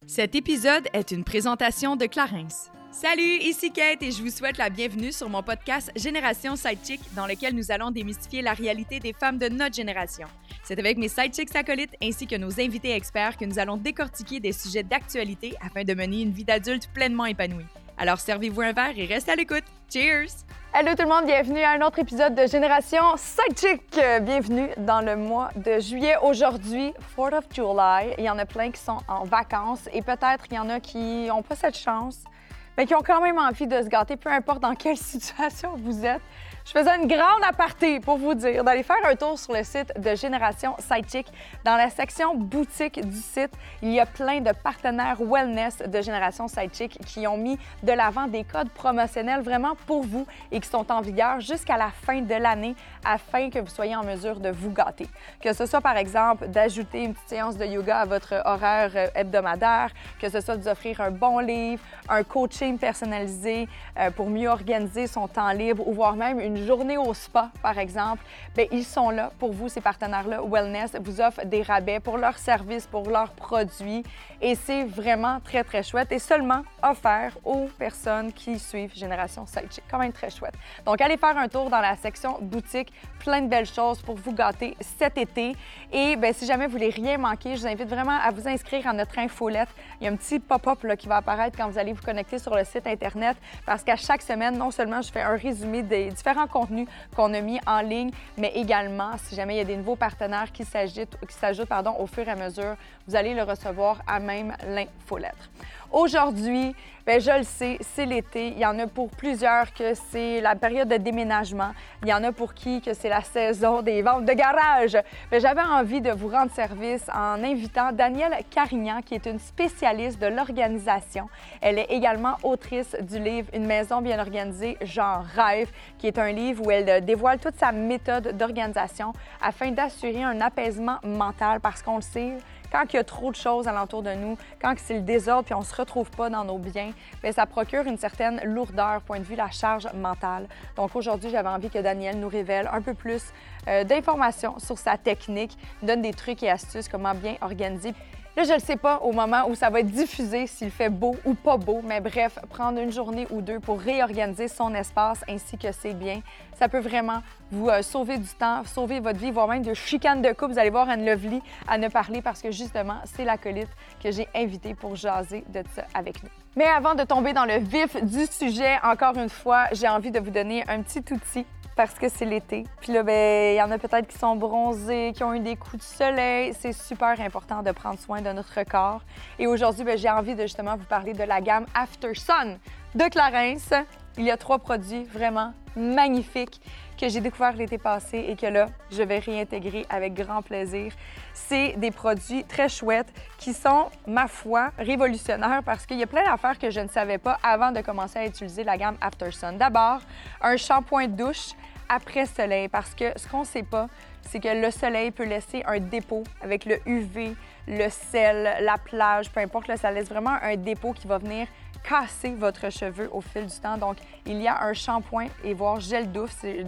Cet épisode est une présentation de Clarins. Salut, ici Kate et je vous souhaite la bienvenue sur mon podcast Génération Sidechick dans lequel nous allons démystifier la réalité des femmes de notre génération. C'est avec mes sidechicks acolytes ainsi que nos invités experts que nous allons décortiquer des sujets d'actualité afin de mener une vie d'adulte pleinement épanouie. Alors servez-vous un verre et restez à l'écoute. Cheers! Allô tout le monde, bienvenue à un autre épisode de Génération Sidechick. Bienvenue dans le mois de juillet. Aujourd'hui, 4th of July, il y en a plein qui sont en vacances et peut-être il y en a qui n'ont pas cette chance, mais qui ont quand même envie de se gâter, peu importe dans quelle situation vous êtes. Je faisais une grande aparté pour vous dire d'aller faire un tour sur le site de Génération Sidechick. Dans la section boutique du site, il y a plein de partenaires wellness de Génération Sidechick qui ont mis de l'avant des codes promotionnels vraiment pour vous et qui sont en vigueur jusqu'à la fin de l'année afin que vous soyez en mesure de vous gâter. Que ce soit par exemple d'ajouter une petite séance de yoga à votre horaire hebdomadaire, que ce soit de vous offrir un bon livre, un coaching personnalisé pour mieux organiser son temps libre ou voire même une journée au spa, par exemple, bien, ils sont là pour vous, ces partenaires-là. Wellness vous offre des rabais pour leurs services, pour leurs produits et c'est vraiment très, très chouette et seulement offert aux personnes qui suivent Génération Sidechick. Quand même très chouette. Donc, allez faire un tour dans la section boutique. Plein de belles choses pour vous gâter cet été. Et bien, si jamais vous voulez rien manquer, je vous invite vraiment à vous inscrire à notre infolette. Il y a un petit pop-up là, qui va apparaître quand vous allez vous connecter sur le site Internet parce qu'à chaque semaine, non seulement je fais un résumé des différents contenus qu'on a mis en ligne, mais également, si jamais il y a des nouveaux partenaires qui s'ajoutent au fur et à mesure, vous allez le recevoir à même l'infolettre. Aujourd'hui, bien, je le sais, c'est l'été. Il y en a pour plusieurs que c'est la période de déménagement. Il y en a pour qui que c'est la saison des ventes de garage. Bien, j'avais envie de vous rendre service en invitant Danielle Carignan, qui est une spécialiste de l'organisation. Elle est également autrice du livre « Une maison bien organisée, j'en rêve », qui est un livre où elle dévoile toute sa méthode d'organisation afin d'assurer un apaisement mental parce qu'on le sait, quand il y a trop de choses alentour de nous, quand c'est le désordre puis on ne se retrouve pas dans nos biens, bien, ça procure une certaine lourdeur, point de vue la charge mentale. Donc aujourd'hui, j'avais envie que Danielle nous révèle un peu plus d'informations sur sa technique, donne des trucs et astuces, comment bien organiser. Là, je ne sais pas au moment où ça va être diffusé s'il fait beau ou pas beau, mais bref, prendre une journée ou deux pour réorganiser son espace ainsi que ses biens, ça peut vraiment vous sauver du temps, sauver votre vie, voire même de chicanes de couple. Vous allez voir Anne Lovely à ne parler parce que justement, c'est l'acolyte que j'ai invité pour jaser de ça avec nous. Mais avant de tomber dans le vif du sujet, encore une fois, j'ai envie de vous donner un petit outil parce que c'est l'été. Puis là, bien, il y en a peut-être qui sont bronzés, qui ont eu des coups de soleil. C'est super important de prendre soin de notre corps. Et aujourd'hui, bien, j'ai envie de justement vous parler de la gamme After Sun de Clarins. Il y a 3 produits vraiment magnifiques que j'ai découverts l'été passé et que là, je vais réintégrer avec grand plaisir. C'est des produits très chouettes qui sont, ma foi, révolutionnaires parce qu'il y a plein d'affaires que je ne savais pas avant de commencer à utiliser la gamme After Sun. D'abord, un shampoing de douche après soleil parce que ce qu'on ne sait pas, c'est que le soleil peut laisser un dépôt avec le UV, le sel, la plage, peu importe, là, ça laisse vraiment un dépôt qui va venir casser votre cheveu au fil du temps. Donc, il y a un shampoing et voire gel douche,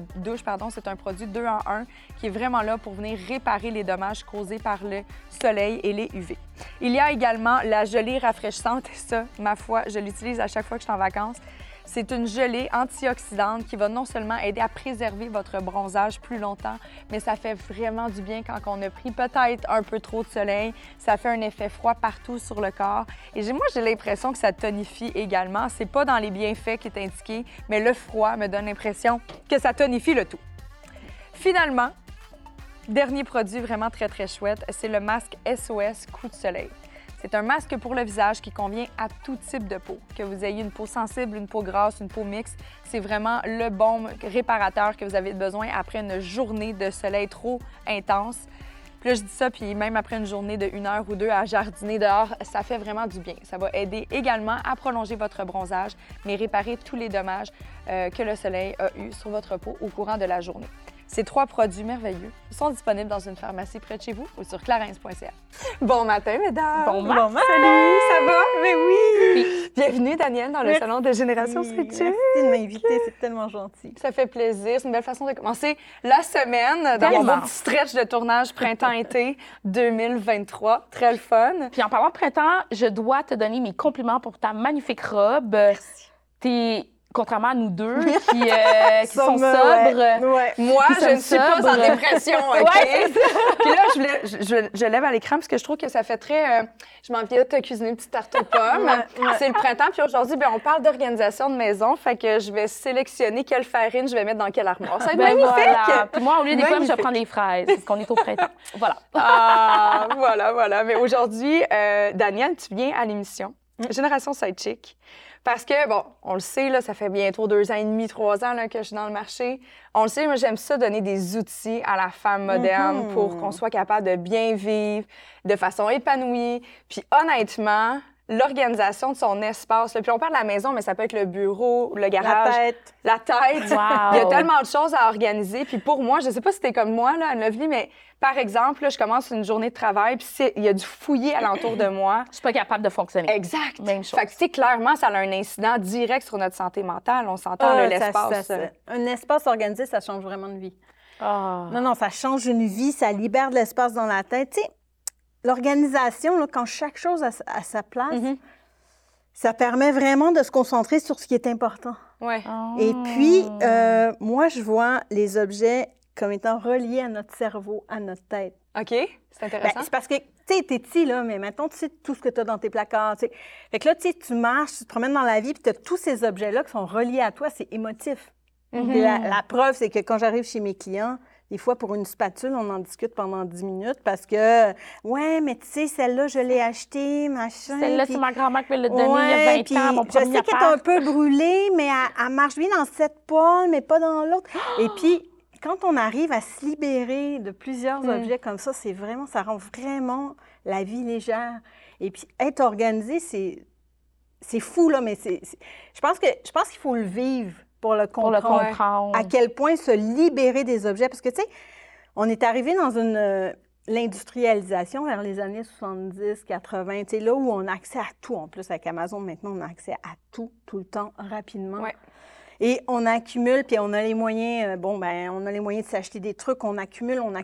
c'est un produit 2 en 1 qui est vraiment là pour venir réparer les dommages causés par le soleil et les UV. Il y a également la gelée rafraîchissante et ça, ma foi, je l'utilise à chaque fois que je suis en vacances. C'est une gelée antioxydante qui va non seulement aider à préserver votre bronzage plus longtemps, mais ça fait vraiment du bien quand on a pris peut-être un peu trop de soleil. Ça fait un effet froid partout sur le corps. Et moi, j'ai l'impression que ça tonifie également. C'est pas dans les bienfaits qui est indiqué, mais le froid me donne l'impression que ça tonifie le tout. Finalement, dernier produit vraiment très, très chouette, c'est le masque SOS Coup de soleil. C'est un masque pour le visage qui convient à tout type de peau. Que vous ayez une peau sensible, une peau grasse, une peau mixte, c'est vraiment le bon réparateur que vous avez besoin après une journée de soleil trop intense. Puis là, je dis ça, puis même après une journée de 1 heure ou 2 à jardiner dehors, ça fait vraiment du bien. Ça va aider également à prolonger votre bronzage, mais réparer tous les dommages que le soleil a eu sur votre peau au courant de la journée. Ces 3 produits merveilleux sont disponibles dans une pharmacie près de chez vous ou sur clarins.ca. Bon matin, mesdames! Bon matin! Salut! Ça va? Mais oui! Bienvenue, Danielle, dans le salon de Génération Sidechick. Merci de m'inviter, c'est tellement gentil. Ça fait plaisir. C'est une belle façon de commencer la semaine dans mon petit stretch de tournage printemps-été 2023. Très le fun. Puis en parlant de printemps, je dois te donner mes compliments pour ta magnifique robe. Merci. T'es, contrairement à nous deux, qui sont sobres. Ouais. Moi, Qui je ne sont suis pas en sobres. dépression, OK? Ouais, Puis là, je lève à l'écran parce que je trouve que ça fait très... je m'en viens de te cuisiner une petite tarte aux pommes. Ouais. C'est le printemps, puis aujourd'hui, on parle d'organisation de maison. Fait que je vais sélectionner quelle farine je vais mettre dans quelle armoire. Ça va être magnifique! Voilà. Puis moi, au lieu des pommes, je vais Magnifique. prendre des fraises parce qu'on est au printemps. Voilà. Ah, voilà. Mais aujourd'hui, Danielle, tu viens à l'émission Génération Sidechick. Parce que, bon, on le sait, là, ça fait bientôt 2 ans et demi, 3 ans là, que je suis dans le marché. On le sait, moi, j'aime ça donner des outils à la femme moderne pour qu'on soit capable de bien vivre de façon épanouie. Puis honnêtement, l'organisation de son espace, là, puis on parle de la maison, mais ça peut être le bureau, le garage, la tête. Wow. Il y a tellement de choses à organiser. Puis pour moi, je sais pas si t'es comme moi, là, Anne-Lovely, mais par exemple, là, je commence une journée de travail, puis il y a du fouillis alentour de moi. Je suis pas capable de fonctionner. Exact. Même chose. Fait que, tu sais, clairement, ça a un incident direct sur notre santé mentale. On s'entend, là, l'espace. Un espace organisé, ça change vraiment de vie. Ah. Non, ça change une vie, ça libère de l'espace dans la tête. Tu sais, l'organisation, là, quand chaque chose a sa place, ça permet vraiment de se concentrer sur ce qui est important. Ouais. Et puis, moi, je vois les objets comme étant reliés à notre cerveau, à notre tête. OK, c'est Ben, intéressant. c'est parce que, tu sais, t'es petit, là, mais maintenant, tu sais tout ce que tu as dans tes placards, tu sais. Fait que là, tu sais, tu marches, tu te promènes dans la vie, puis tu as tous ces objets-là qui sont reliés à toi, c'est émotif. Puis la preuve, c'est que quand j'arrive chez mes clients, des fois, pour une spatule, on en discute pendant 10 minutes parce que, ouais, mais tu sais, celle-là, je l'ai achetée, machin. Celle-là, puis- c'est ma grand-mère qui me l'a donnée Ouais, il y a 20 ans, mon puis je premier sais qu'elle est appart. un peu brûlée, mais elle marche bien dans cette poêle, mais pas dans l'autre. Et puis, quand on arrive à se libérer de plusieurs objets comme ça, c'est vraiment, ça rend vraiment la vie légère. Et puis, être organisé, c'est fou, là, mais je pense qu'il faut le vivre pour le Pour le comprendre. comprendre. À quel point se libérer des objets. Parce que, tu sais, on est arrivé dans l'industrialisation vers les années 70, 80, tu sais, là où on a accès à tout. En plus, avec Amazon, maintenant, on a accès à tout le temps, rapidement. Ouais. Et on accumule, puis on a les moyens, on a les moyens de s'acheter des trucs, on accumule, on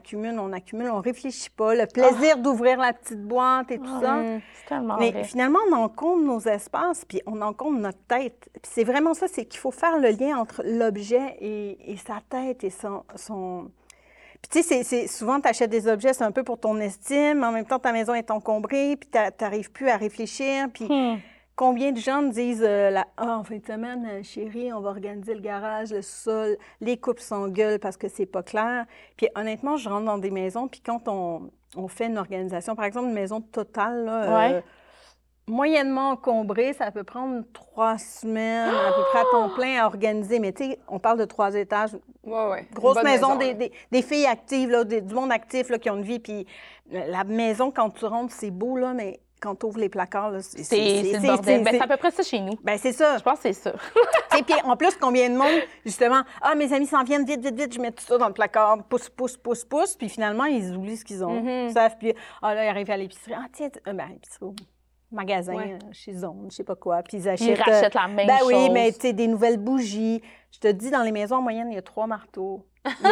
réfléchit pas. Le plaisir d'ouvrir la petite boîte et tout ça. C'est tellement Mais vrai. finalement, on encombre nos espaces, puis on encombre notre tête. Puis c'est vraiment ça, c'est qu'il faut faire le lien entre l'objet et sa tête et son... Puis tu sais, c'est souvent, tu achètes des objets, c'est un peu pour ton estime, mais en même temps, ta maison est encombrée, puis tu n'arrives plus à réfléchir, puis... Combien de gens me disent en fin de semaine, chérie, on va organiser le garage, le sol, les coupes s'engueulent parce que c'est pas clair. Puis honnêtement, je rentre dans des maisons, puis quand on fait une organisation, par exemple, une maison totale, là, moyennement encombrée, ça peut prendre 3 semaines à peu près à temps plein à organiser. Mais tu sais, on parle de 3 étages. Ouais. Grosse Bonne maison, là. des filles actives, là, du monde actif là, qui ont une vie. Puis la maison, quand tu rentres, c'est beau, là, mais quand tu ouvres les placards, là, C'est le bordel. Ben, c'est à peu près ça chez nous. Ben, c'est ça. Je pense que c'est ça. Et puis, en plus, combien de monde, justement, mes amis s'en viennent, vite, je mets tout ça dans le placard, pousse. Puis finalement, ils oublient ce qu'ils ont. Ils savent, puis, là, ils arrivent à l'épicerie. Tiens, l'épicerie, au magasin, chez Zone, je sais pas quoi. Puis ils achètent. Ils rachètent la même ben chose. oui, mais tu sais, des nouvelles bougies. Je te dis, dans les maisons, en moyenne, il y a 3 marteaux.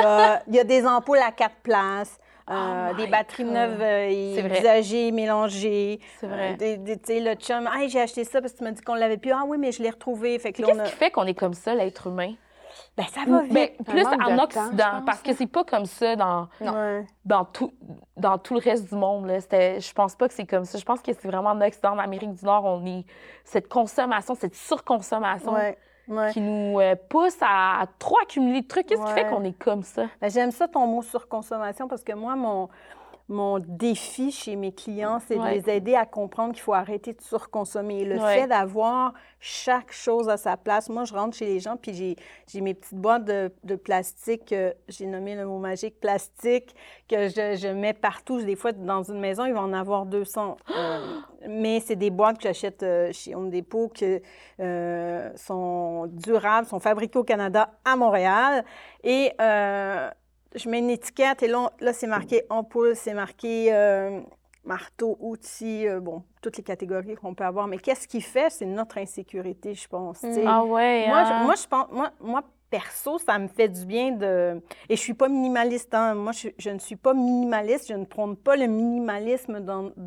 Il y a des ampoules à 4 places. Des batteries neuves et C'est vrai. usagées, mélangées. C'est vrai. Tu sais, le chum, hey, j'ai acheté ça parce que tu m'as dit qu'on l'avait plus. Ah oui, mais je l'ai retrouvé. Fait que là, Qu'est-ce qui fait qu'on est comme ça, l'être humain? Ben, ça va vite. Ben, plus manque en de Occident, temps, je pense, parce que c'est pas comme ça Ouais. dans tout le reste du monde. Là. Je pense pas que c'est comme ça. Je pense que c'est vraiment en Occident, en Amérique du Nord, on est cette consommation, cette surconsommation Ouais. qui nous pousse à trop accumuler de trucs. Qu'est-ce qui fait Ouais. qu'on est comme ça? Ben, j'aime ça ton mot surconsommation parce que moi, mon défi chez mes clients, c'est de les aider à comprendre qu'il faut arrêter de surconsommer. Le fait d'avoir chaque chose à sa place. Moi, je rentre chez les gens, puis j'ai mes petites boîtes de plastique, j'ai nommé le mot magique plastique, que je mets partout. Des fois, dans une maison, il va en avoir 200. Mais c'est des boîtes que j'achète chez Home Depot qui sont durables, sont fabriquées au Canada, à Montréal. Et je mets une étiquette et là c'est marqué ampoule, c'est marqué marteau, outils, bon, toutes les catégories qu'on peut avoir. Mais qu'est-ce qui fait? C'est notre insécurité, je pense. tu sais. Ah ouais, Moi, hein? moi, je pense, moi, perso, ça me fait du bien de... Et je suis pas minimaliste, hein. Moi, je ne suis pas minimaliste. Je ne prône pas le minimalisme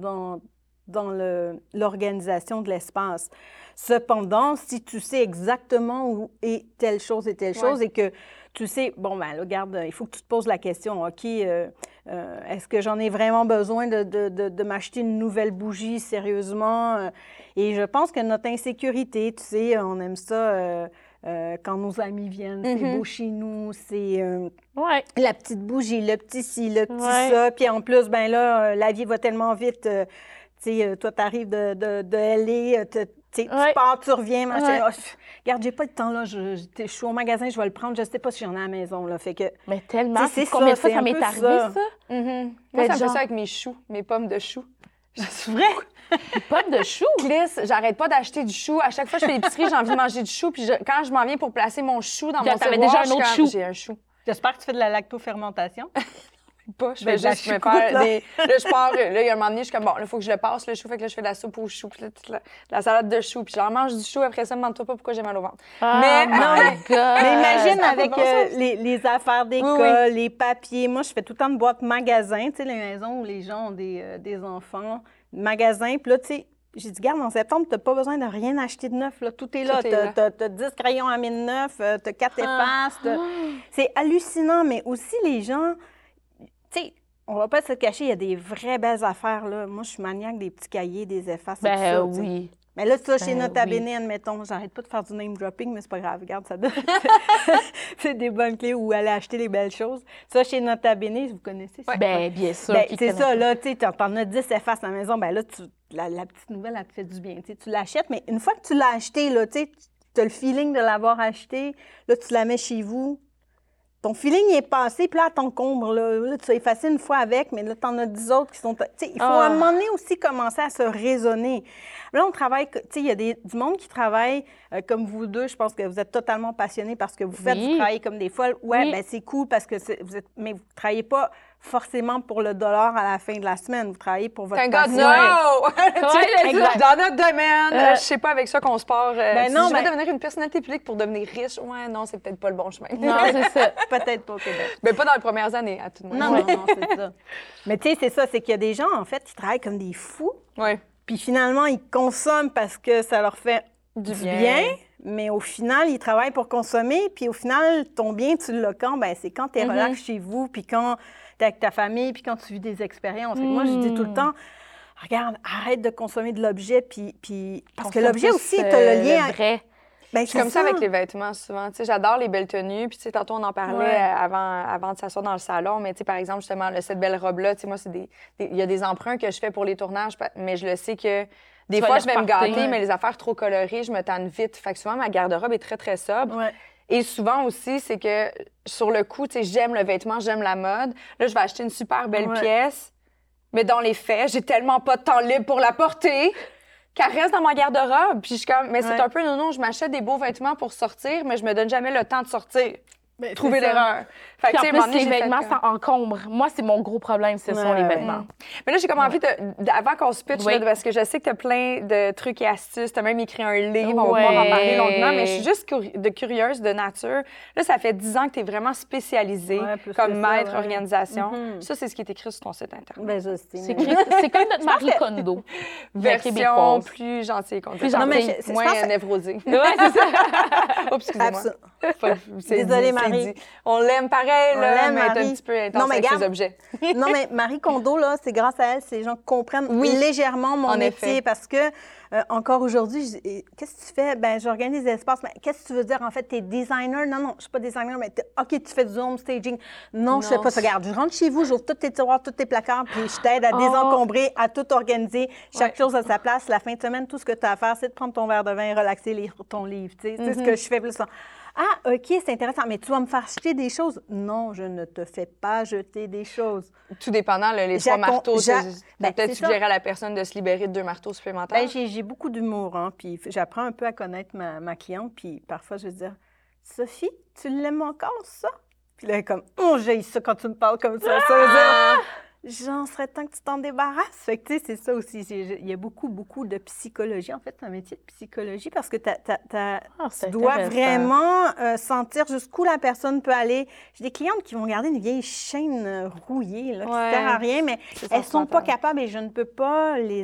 dans l'organisation de l'espace. Cependant, si tu sais exactement où est telle chose et telle chose et que tu sais, bon, ben là, regarde, il faut que tu te poses la question, OK, est-ce que j'en ai vraiment besoin de m'acheter une nouvelle bougie sérieusement? Et je pense que notre insécurité, tu sais, on aime ça quand nos amis viennent, c'est beau chez nous, c'est la petite bougie, le petit ci, le petit ça. Puis en plus, ben là, la vie va tellement vite. Tu sais, toi, tu arrives de LA, tu pars, tu reviens, machin. Oh, regarde, j'ai pas le temps, là. Je suis au magasin, je vais le prendre. Je sais pas si j'en ai à la maison, là. Fait que... Mais tellement, c'est combien de fois c'est ça un m'est peu arrivé, ça. ça? Moi, ça me fait ça avec mes choux, mes pommes de choux. C'est vrai? Des pommes de chou? Clis, j'arrête pas d'acheter du chou. À chaque fois que je fais l'épicerie, j'ai envie de manger du chou. Puis quand je m'en viens pour placer mon chou dans mon T'avais tiroir, déjà un autre chou. j'ai un chou. J'espère que tu fais de la lactofermentation. Pas, je Ben, fais juste la me choucroute, faire là. des... Là, je pars, là, il y a un moment donné, je suis comme, bon, là, il faut que je le passe, le chou, fait que là, je fais de la soupe au chou, puis là, toute la salade de chou, puis j'en mange du chou, après ça, demande-toi pas pourquoi j'ai mal au ventre. Mais, Mais- oh my God! Mais imagine ça fait avec bon sens. les affaires d'école, Oui. les papiers. Moi, je fais tout le temps de boîtes magasins, tu sais, les maisons où les gens ont des enfants. Magasins, puis là, tu sais, j'ai dit, garde, en septembre, tu n'as pas besoin de rien acheter de neuf, là. Tout est là. Tout est là. Tu as 10 crayons à 1009, tu as 4 effaces. C'est hallucinant, mais aussi les gens, tu sais, on va pas se cacher, il y a des vraies belles affaires, là. Moi, je suis maniaque des petits cahiers, des effaces et tout ça, Ben tu sais. oui. Mais là, ça, chez Ben Nota oui. Bene, admettons, j'arrête pas de faire du name dropping, mais c'est pas grave, regarde, ça donne. C'est des bonnes clés où aller acheter les belles choses. Ça, chez Nota Bene, vous connaissez ça? Ben, bien sûr. Ben, qui c'est connaît ça, pas. là, tu sais, t'en as 10 effaces à la maison, ben là, la petite nouvelle, elle te fait du bien. Tu sais, tu l'achètes, mais une fois que tu l'as acheté, là, tu sais, tu as le feeling de l'avoir acheté, là, tu la mets chez vous. Ton feeling est passé, puis là, elle t'encombre. Là, tu as effacé une fois avec, mais là, tu en as 10 autres qui sont... Tu sais, il faut à un moment donné aussi commencer à se raisonner. Là, on travaille... Tu sais, il y a du monde qui travaille comme vous deux. Je pense que vous êtes totalement passionnés parce que vous faites Oui. du travail comme des folles. Ouais, Oui. ben c'est cool parce que mais vous ne travaillez pas forcément pour le dollar à la fin de la semaine. Vous travaillez pour votre Thank God, passion. no! Ouais, exact. Dans notre domaine, je sais pas avec ça qu'on se part. Ben non, si je veux mais- devenir une personnalité publique pour devenir riche, ouais, non, c'est peut-être pas le bon chemin. Non, c'est ça. Peut-être pas au Québec. Mais pas dans les premières années, à tout le monde. Non, c'est ça. Mais tu sais, c'est ça, c'est qu'il y a des gens, en fait, qui travaillent comme des fous. Ouais. Puis finalement, ils consomment parce que ça leur fait Du du bien. bien. Mais au final, ils travaillent pour consommer. Puis au final, ton bien, tu l'as quand? Ben, c'est quand tu es relax chez vous, puis quand tu es avec ta famille, puis quand tu vis des expériences. Fait que moi, je dis tout le temps, regarde, arrête de consommer de l'objet, puis parce que l'objet aussi, tu as le lien... vrai. Ben, Je suis comme ça avec les vêtements, souvent. Tu sais, j'adore les belles tenues. Puis, tu sais, tantôt, on en parlait Ouais. avant de s'asseoir dans le salon. Mais, tu sais, par exemple, justement, cette belle robe-là, tu sais, moi, il y a des emprunts que je fais pour les tournages, mais je le sais que des vas fois, les je vais me reporter. gâter, Ouais. mais les affaires trop colorées, je me tanne vite. Fait que souvent, ma garde-robe est très, très sobre. Ouais. Et souvent aussi, c'est que sur le coup, tu sais, j'aime le vêtement, j'aime la mode. Là, je vais acheter une super belle Ouais. pièce. Mais dans les faits, j'ai tellement pas de temps libre pour la porter qu'elle reste dans ma garde-robe. Puis je suis comme, mais c'est Ouais. un peu non, je m'achète des beaux vêtements pour sortir, mais je me donne jamais le temps de sortir. Ben, Trouver c'est ça. l'erreur. Fait Puis en tu sais, à un moment plus, donné, les j'ai fait vêtements, comme- ça encombre. Moi, c'est mon gros problème, ce sont les Ouais. vêtements. Mais là, j'ai comme envie avant qu'on se pitche, Oui. là, parce que je sais que tu as plein de trucs et astuces. Tu as même écrit un livre, on va Ouais. pouvoir en parler longuement, mais je suis juste curieuse de nature. Là, ça fait 10 ans que tu es vraiment spécialisée Ouais, plus comme que ça, maître ouais. organisation. Mhm. Ça, c'est ce qui est écrit sur ton site Internet. Ben, je sais. C'est mais- c'est comme notre Marie Kondo. la Version québécoise. plus gentille qu'on Plus Non, mais gentille. je moins pense que- névrosée. Ouais, c'est ça. Oups, excusez-moi. Absol- C'est Désolée, dit, c'est Marie. dit. On l'aime pareil, On là, l'aime, mais elle est un Marie. petit peu intense Non, mais avec ses garde. objets. Non, mais Marie Kondo, là, c'est grâce à elle, ces gens comprennent Oui. légèrement mon En métier effet. parce que, encore aujourd'hui, qu'est-ce que tu fais? Ben, j'organise des espaces. Mais qu'est-ce que tu veux dire? En fait, tu es designer? Non, je suis pas designer, mais OK, tu fais du home staging. Non, je fais Non. pas ça. Regarde, je rentre chez vous, j'ouvre tous tes tiroirs, tous tes placards, puis je t'aide à désencombrer, à tout organiser, chaque chose à sa place. La fin de semaine, tout ce que tu as à faire, c'est de prendre ton verre de vin et relaxer, lire ton livre. Tu sais, c'est ce que je fais plus souvent. Ah, OK, c'est intéressant, mais tu vas me faire jeter des choses? Non, je ne te fais pas jeter des choses. Tout dépendant, là, les 3 marteaux, Ben, peut-être c'est ça. suggérer à la personne de se libérer de 2 marteaux supplémentaires. Ben, j'ai beaucoup d'humour, hein, puis j'apprends un peu à connaître ma cliente, puis parfois je vais dire « Sophie, tu l'aimes encore, ça? » Puis là, elle est comme « Oh, j'ai ça quand tu me parles comme ça. » Ça veut dire j'en serais temps que tu t'en débarrasses. Fait que, tu sais, c'est ça aussi. Il y a beaucoup, beaucoup de psychologie. En fait, c'est un métier de psychologie parce que tu dois vraiment sentir jusqu'où la personne peut aller. J'ai des clientes qui vont garder une vieille chaîne rouillée, là, qui ne sert à rien, mais elles ne sont pas capables et je ne peux pas les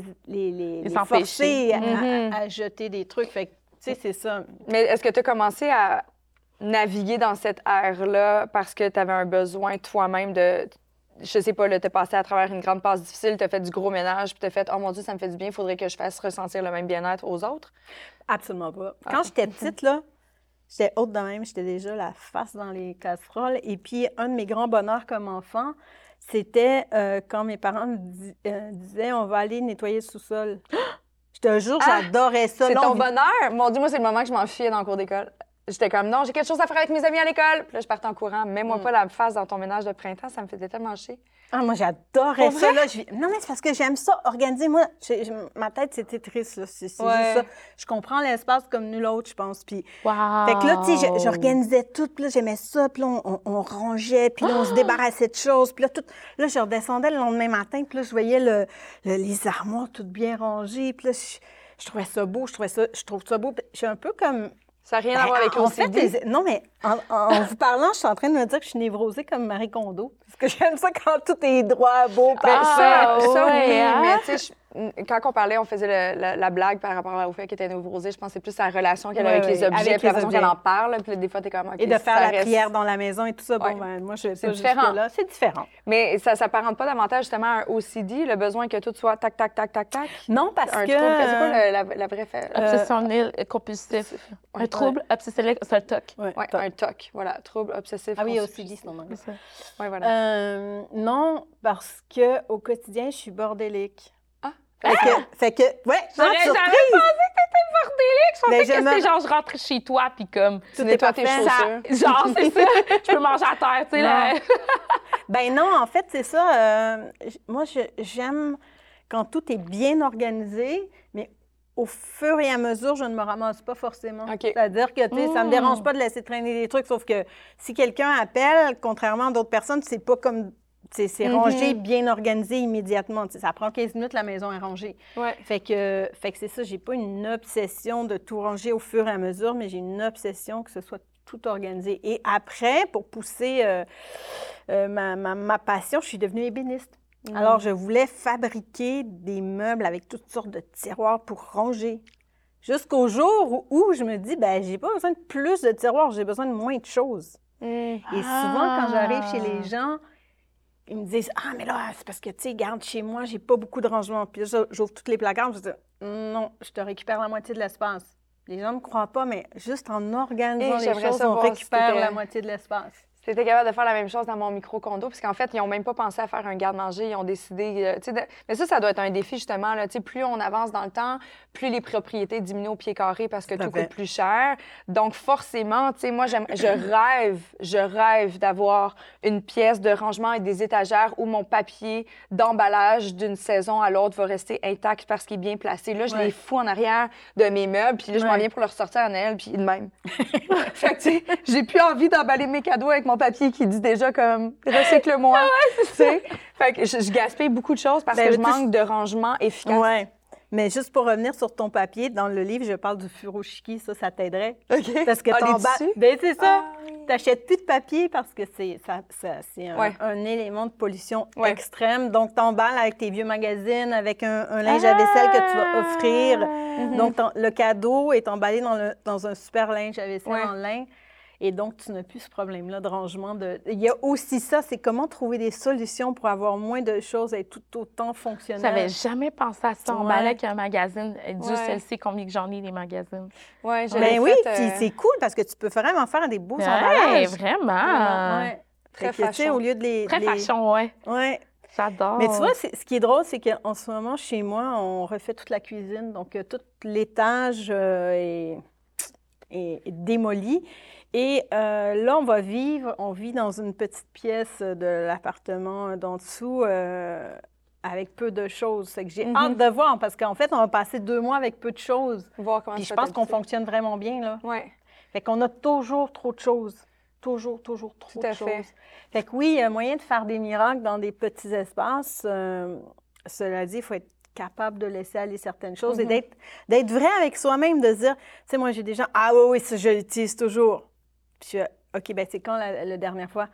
forcer à jeter des trucs. Fait que, tu sais, c'est ça. Mais est-ce que tu as commencé à naviguer dans cette ère-là parce que tu avais un besoin toi-même de... Je sais pas, t'as passé à travers une grande passe difficile, t'as fait du gros ménage, puis t'as fait « Oh mon Dieu, ça me fait du bien, il faudrait que je fasse ressentir le même bien-être aux autres? » Absolument pas. Quand j'étais petite, là, j'étais haute de même, j'étais déjà la face dans les casseroles. Et puis, un de mes grands bonheurs comme enfant, c'était quand mes parents me disaient « On va aller nettoyer le sous-sol. » Je te jure, j'adorais ça. C'est ton bonheur? Mon Dieu, moi, c'est le moment que je m'enfuyais dans le cours d'école. J'étais comme, non, j'ai quelque chose à faire avec mes amis à l'école. Puis là, je partais en courant. Mets-moi pas la face dans ton ménage de printemps, ça me faisait tellement chier. Ah, moi, j'adorais ça. Là. Non, mais c'est parce que j'aime ça, organiser. Moi, ma tête, c'était triste. Là. C'est juste ça. Je comprends l'espace comme nul autre, je pense. Puis, fait que là, tu sais, j'organisais tout. Puis là, j'aimais ça. Puis là, on rangeait. Puis là, on se débarrassait de choses. Puis là, là, je redescendais le lendemain matin. Puis là, je voyais les armoires toutes bien rangées. Puis là, je trouvais ça beau. Je trouve ça beau. Je suis un peu comme... Ça n'a rien à voir avec l'OCD. Non, mais en vous parlant, je suis en train de me dire que je suis névrosée comme Marie Kondo. Parce que j'aime ça quand tout est droit, beau, parfait. Oui, mais tu sais, quand on parlait, on faisait la blague par rapport au fait qu'elle était névrosée. Je pense que c'est plus sa relation qu'elle a avec les objets, puis la façon qu'elle en parle. Puis des fois, t'es comme... Et de faire la prière dans la maison et tout ça. Bon, ben, moi, je fais pas jusque-là. C'est différent. Mais ça ne s'apparente pas davantage justement à un OCD, le besoin que tout soit tac, tac, tac, tac, tac? Non, parce que... C'est quoi la vraie fait? Obsessionnel compulsif. Un trouble obsessionnel, c'est un TOC. Oui, un TOC. Voilà, trouble obsessif. Ah oui, OCD, c'est mon anglais. Oui, voilà. Non, parce qu'au quotidien, je suis bordélique. Ah! Fait que, ouais, j'aurais jamais pensé que t'étais bordélique. Je pensais que c'était genre, je rentre chez toi, puis comme... Tu nettoies tes chaussures. Genre, c'est ça. Je peux manger à terre, tu sais, là. Ben non, en fait, c'est ça. Moi, j'aime quand tout est bien organisé, mais au fur et à mesure, je ne me ramasse pas forcément. C'est-à-dire que, tu sais, ça me dérange pas de laisser traîner des trucs, sauf que si quelqu'un appelle, contrairement à d'autres personnes, c'est pas comme... C'est rangé, bien organisé immédiatement. Ça prend 15 minutes, la maison est rangée. Fait que c'est ça, j'ai pas une obsession de tout ranger au fur et à mesure, mais j'ai une obsession que ce soit tout organisé. Et après, pour pousser ma passion, je suis devenue ébéniste. Alors, je voulais fabriquer des meubles avec toutes sortes de tiroirs pour ranger. Jusqu'au jour où je me dis, ben j'ai pas besoin de plus de tiroirs, j'ai besoin de moins de choses. Et souvent, quand j'arrive chez les gens, ils me disent « Ah, mais là, c'est parce que, tu sais, garde, chez moi, j'ai pas beaucoup de rangement. » Puis là, j'ouvre toutes les placards, je dis « Non, je te récupère la moitié de l'espace. » Les gens ne me croient pas, mais juste en organisant les choses, on récupère la moitié de l'espace. Si tu étais capable de faire la même chose dans mon micro-condo, parce qu'en fait, ils n'ont même pas pensé à faire un garde-manger, ils ont décidé... Mais ça doit être un défi, justement. Là, plus on avance dans le temps, plus les propriétés diminuent au pied carré parce que tout coûte plus cher. Donc, forcément, moi, je rêve d'avoir une pièce de rangement et des étagères où mon papier d'emballage d'une saison à l'autre va rester intact parce qu'il est bien placé. Là, je les fous en arrière de mes meubles, puis là, je m'en viens pour le ressortir à Noël, puis de même. Fait que, tu sais, j'ai plus envie d'emballer mes cadeaux avec mon papier qui dit déjà comme recycle-moi. Fait que je gaspille beaucoup de choses parce que je manque de rangement efficace. Ouais. Mais juste pour revenir sur ton papier, dans le livre, je parle du furoshiki, ça t'aiderait. Parce que c'est ça. T'achètes plus de papier parce que c'est un élément de pollution extrême. Donc, t'emballes avec tes vieux magazines, avec un linge à vaisselle que tu vas offrir. Donc, le cadeau est emballé dans un super linge à vaisselle en lin. Et donc, tu n'as plus ce problème-là de rangement. Il y a aussi ça, c'est comment trouver des solutions pour avoir moins de choses et tout autant fonctionnelles. J'avais jamais pensé à ça. Emballer avec un magazine. Dieu seul sait combien que j'en ai des magazines. Oui, puis c'est cool parce que tu peux vraiment faire des beaux emballages. Vraiment. Très fashion. Au lieu de les... Très fashion, oui. Ouais. J'adore. Mais tu vois, ce qui est drôle, c'est qu'en ce moment, chez moi, on refait toute la cuisine. Donc, tout l'étage est démoli. Et là, on vit dans une petite pièce de l'appartement d'en dessous avec peu de choses. C'est que j'ai hâte de voir parce qu'en fait, on va passer 2 mois avec peu de choses. Voir comment Puis je pense qu'on fonctionne vraiment bien, là. Ouais. Fait qu'on a toujours trop de choses. toujours trop Tout de à fait. choses. Fait que oui, il y a moyen de faire des miracles dans des petits espaces. Cela dit, il faut être capable de laisser aller certaines choses et d'être vrai avec soi-même, de se dire, tu sais, moi, j'ai des gens, ah oui, ça, je l'utilise toujours. Puis je fais, OK, ben c'est quand la dernière fois?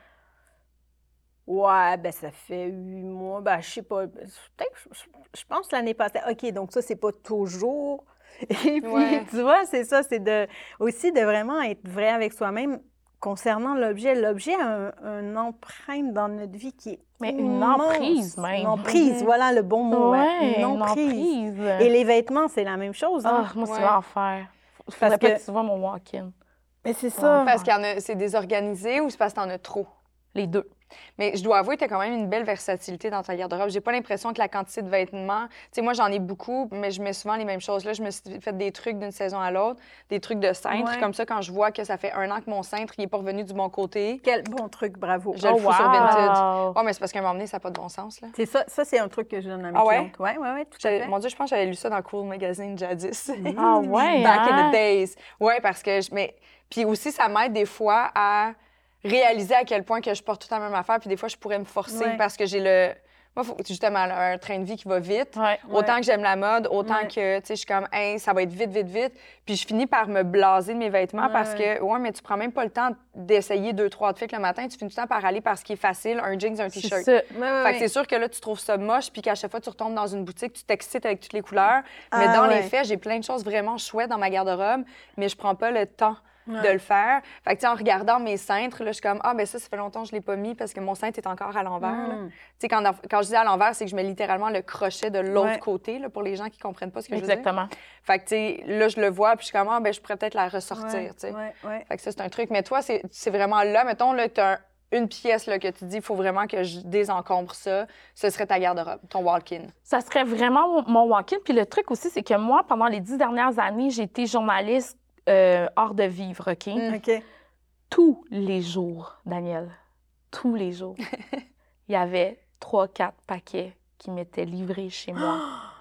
Ouais, ben ça fait 8 mois, ben je sais pas, peut-être, je pense l'année passée. OK, donc ça, c'est pas toujours. Et puis, Ouais. tu vois, c'est ça, c'est aussi de vraiment être vrai avec soi-même concernant l'objet. L'objet a une empreinte dans notre vie qui est Mais une immense. emprise, même. Une emprise, voilà le bon mot. Ouais, Une emprise. Et les vêtements, c'est la même chose. Hein? Moi, c'est Ouais. l'enfer. Faudrait pas que tu vois mon walk-in. Mais c'est ça. Parce qu'il y en a, c'est désorganisé ou c'est parce que t'en as trop? Les deux. Mais je dois avouer que tu as quand même une belle versatilité dans ta garde-robe. J'ai pas l'impression que la quantité de vêtements... Tu sais, moi, j'en ai beaucoup, mais je mets souvent les mêmes choses. Là, je me suis fait des trucs d'une saison à l'autre, des trucs de cintre. Ouais. Comme ça, quand je vois que ça fait 1 an que mon cintre il est pas revenu du bon côté, Quel bon truc, bravo. je le fous sur Vinted. Wow. Ouais, mais c'est parce qu'à un moment donné, ça n'a pas de bon sens, là. C'est ça, c'est un truc que je donne à mes Ah ouais? clientes. Oui, tout à fait. Mon Dieu, je pense que j'avais lu ça dans Cool Magazine jadis. Ah ouais, Back in hein? the days. Ouais, parce que... Mais... Puis aussi, ça m'aide des fois à réaliser à quel point que je porte tout la même affaire. Puis des fois, je pourrais me forcer Ouais. parce que j'ai le... Moi, faut justement un train de vie qui va vite. Ouais. Autant que j'aime la mode, autant Ouais. que, tu sais, je suis comme, hey, ça va être vite. Puis je finis par me blaser de mes vêtements parce que, ouais, mais tu prends même pas le temps d'essayer 2-3 outfits le matin. Tu finis tout le temps par aller par ce qui est facile, un jeans, un C'est T-shirt. ça. Fait que c'est sûr que là, tu trouves ça moche, puis qu'à chaque fois, tu retombes dans une boutique, tu t'excites avec toutes les couleurs. Mais Ah dans ouais. les faits, j'ai plein de choses vraiment chouettes dans ma garde-robe, mais je prends pas le temps de le faire. Fait que, tu sais, en regardant mes cintres, là, je suis comme, ah, ben ça fait longtemps que je l'ai pas mis parce que mon cintre est encore à l'envers. là. Tu sais, quand je dis à l'envers, c'est que je mets littéralement le crochet de l'autre Ouais. côté, là, pour les gens qui comprennent pas ce que je veux dire. Exactement. Fait que, tu sais, là, je le vois, puis je suis comme, ah, ben je pourrais peut-être la ressortir, tu sais. Ouais. Fait que ça, c'est un truc. Mais toi, c'est vraiment là, mettons, là, t'as une pièce là, que tu dis, il faut vraiment que je désencombre ça, ce serait ta garde-robe, ton walk-in. Ça serait vraiment mon walk-in. Puis le truc aussi, c'est que moi, pendant les 10 dernières années, j'ai été journaliste hors de vivre, OK? OK. Tous les jours, Daniel, tous les jours, il y avait 3-4 paquets qui m'étaient livrés chez moi.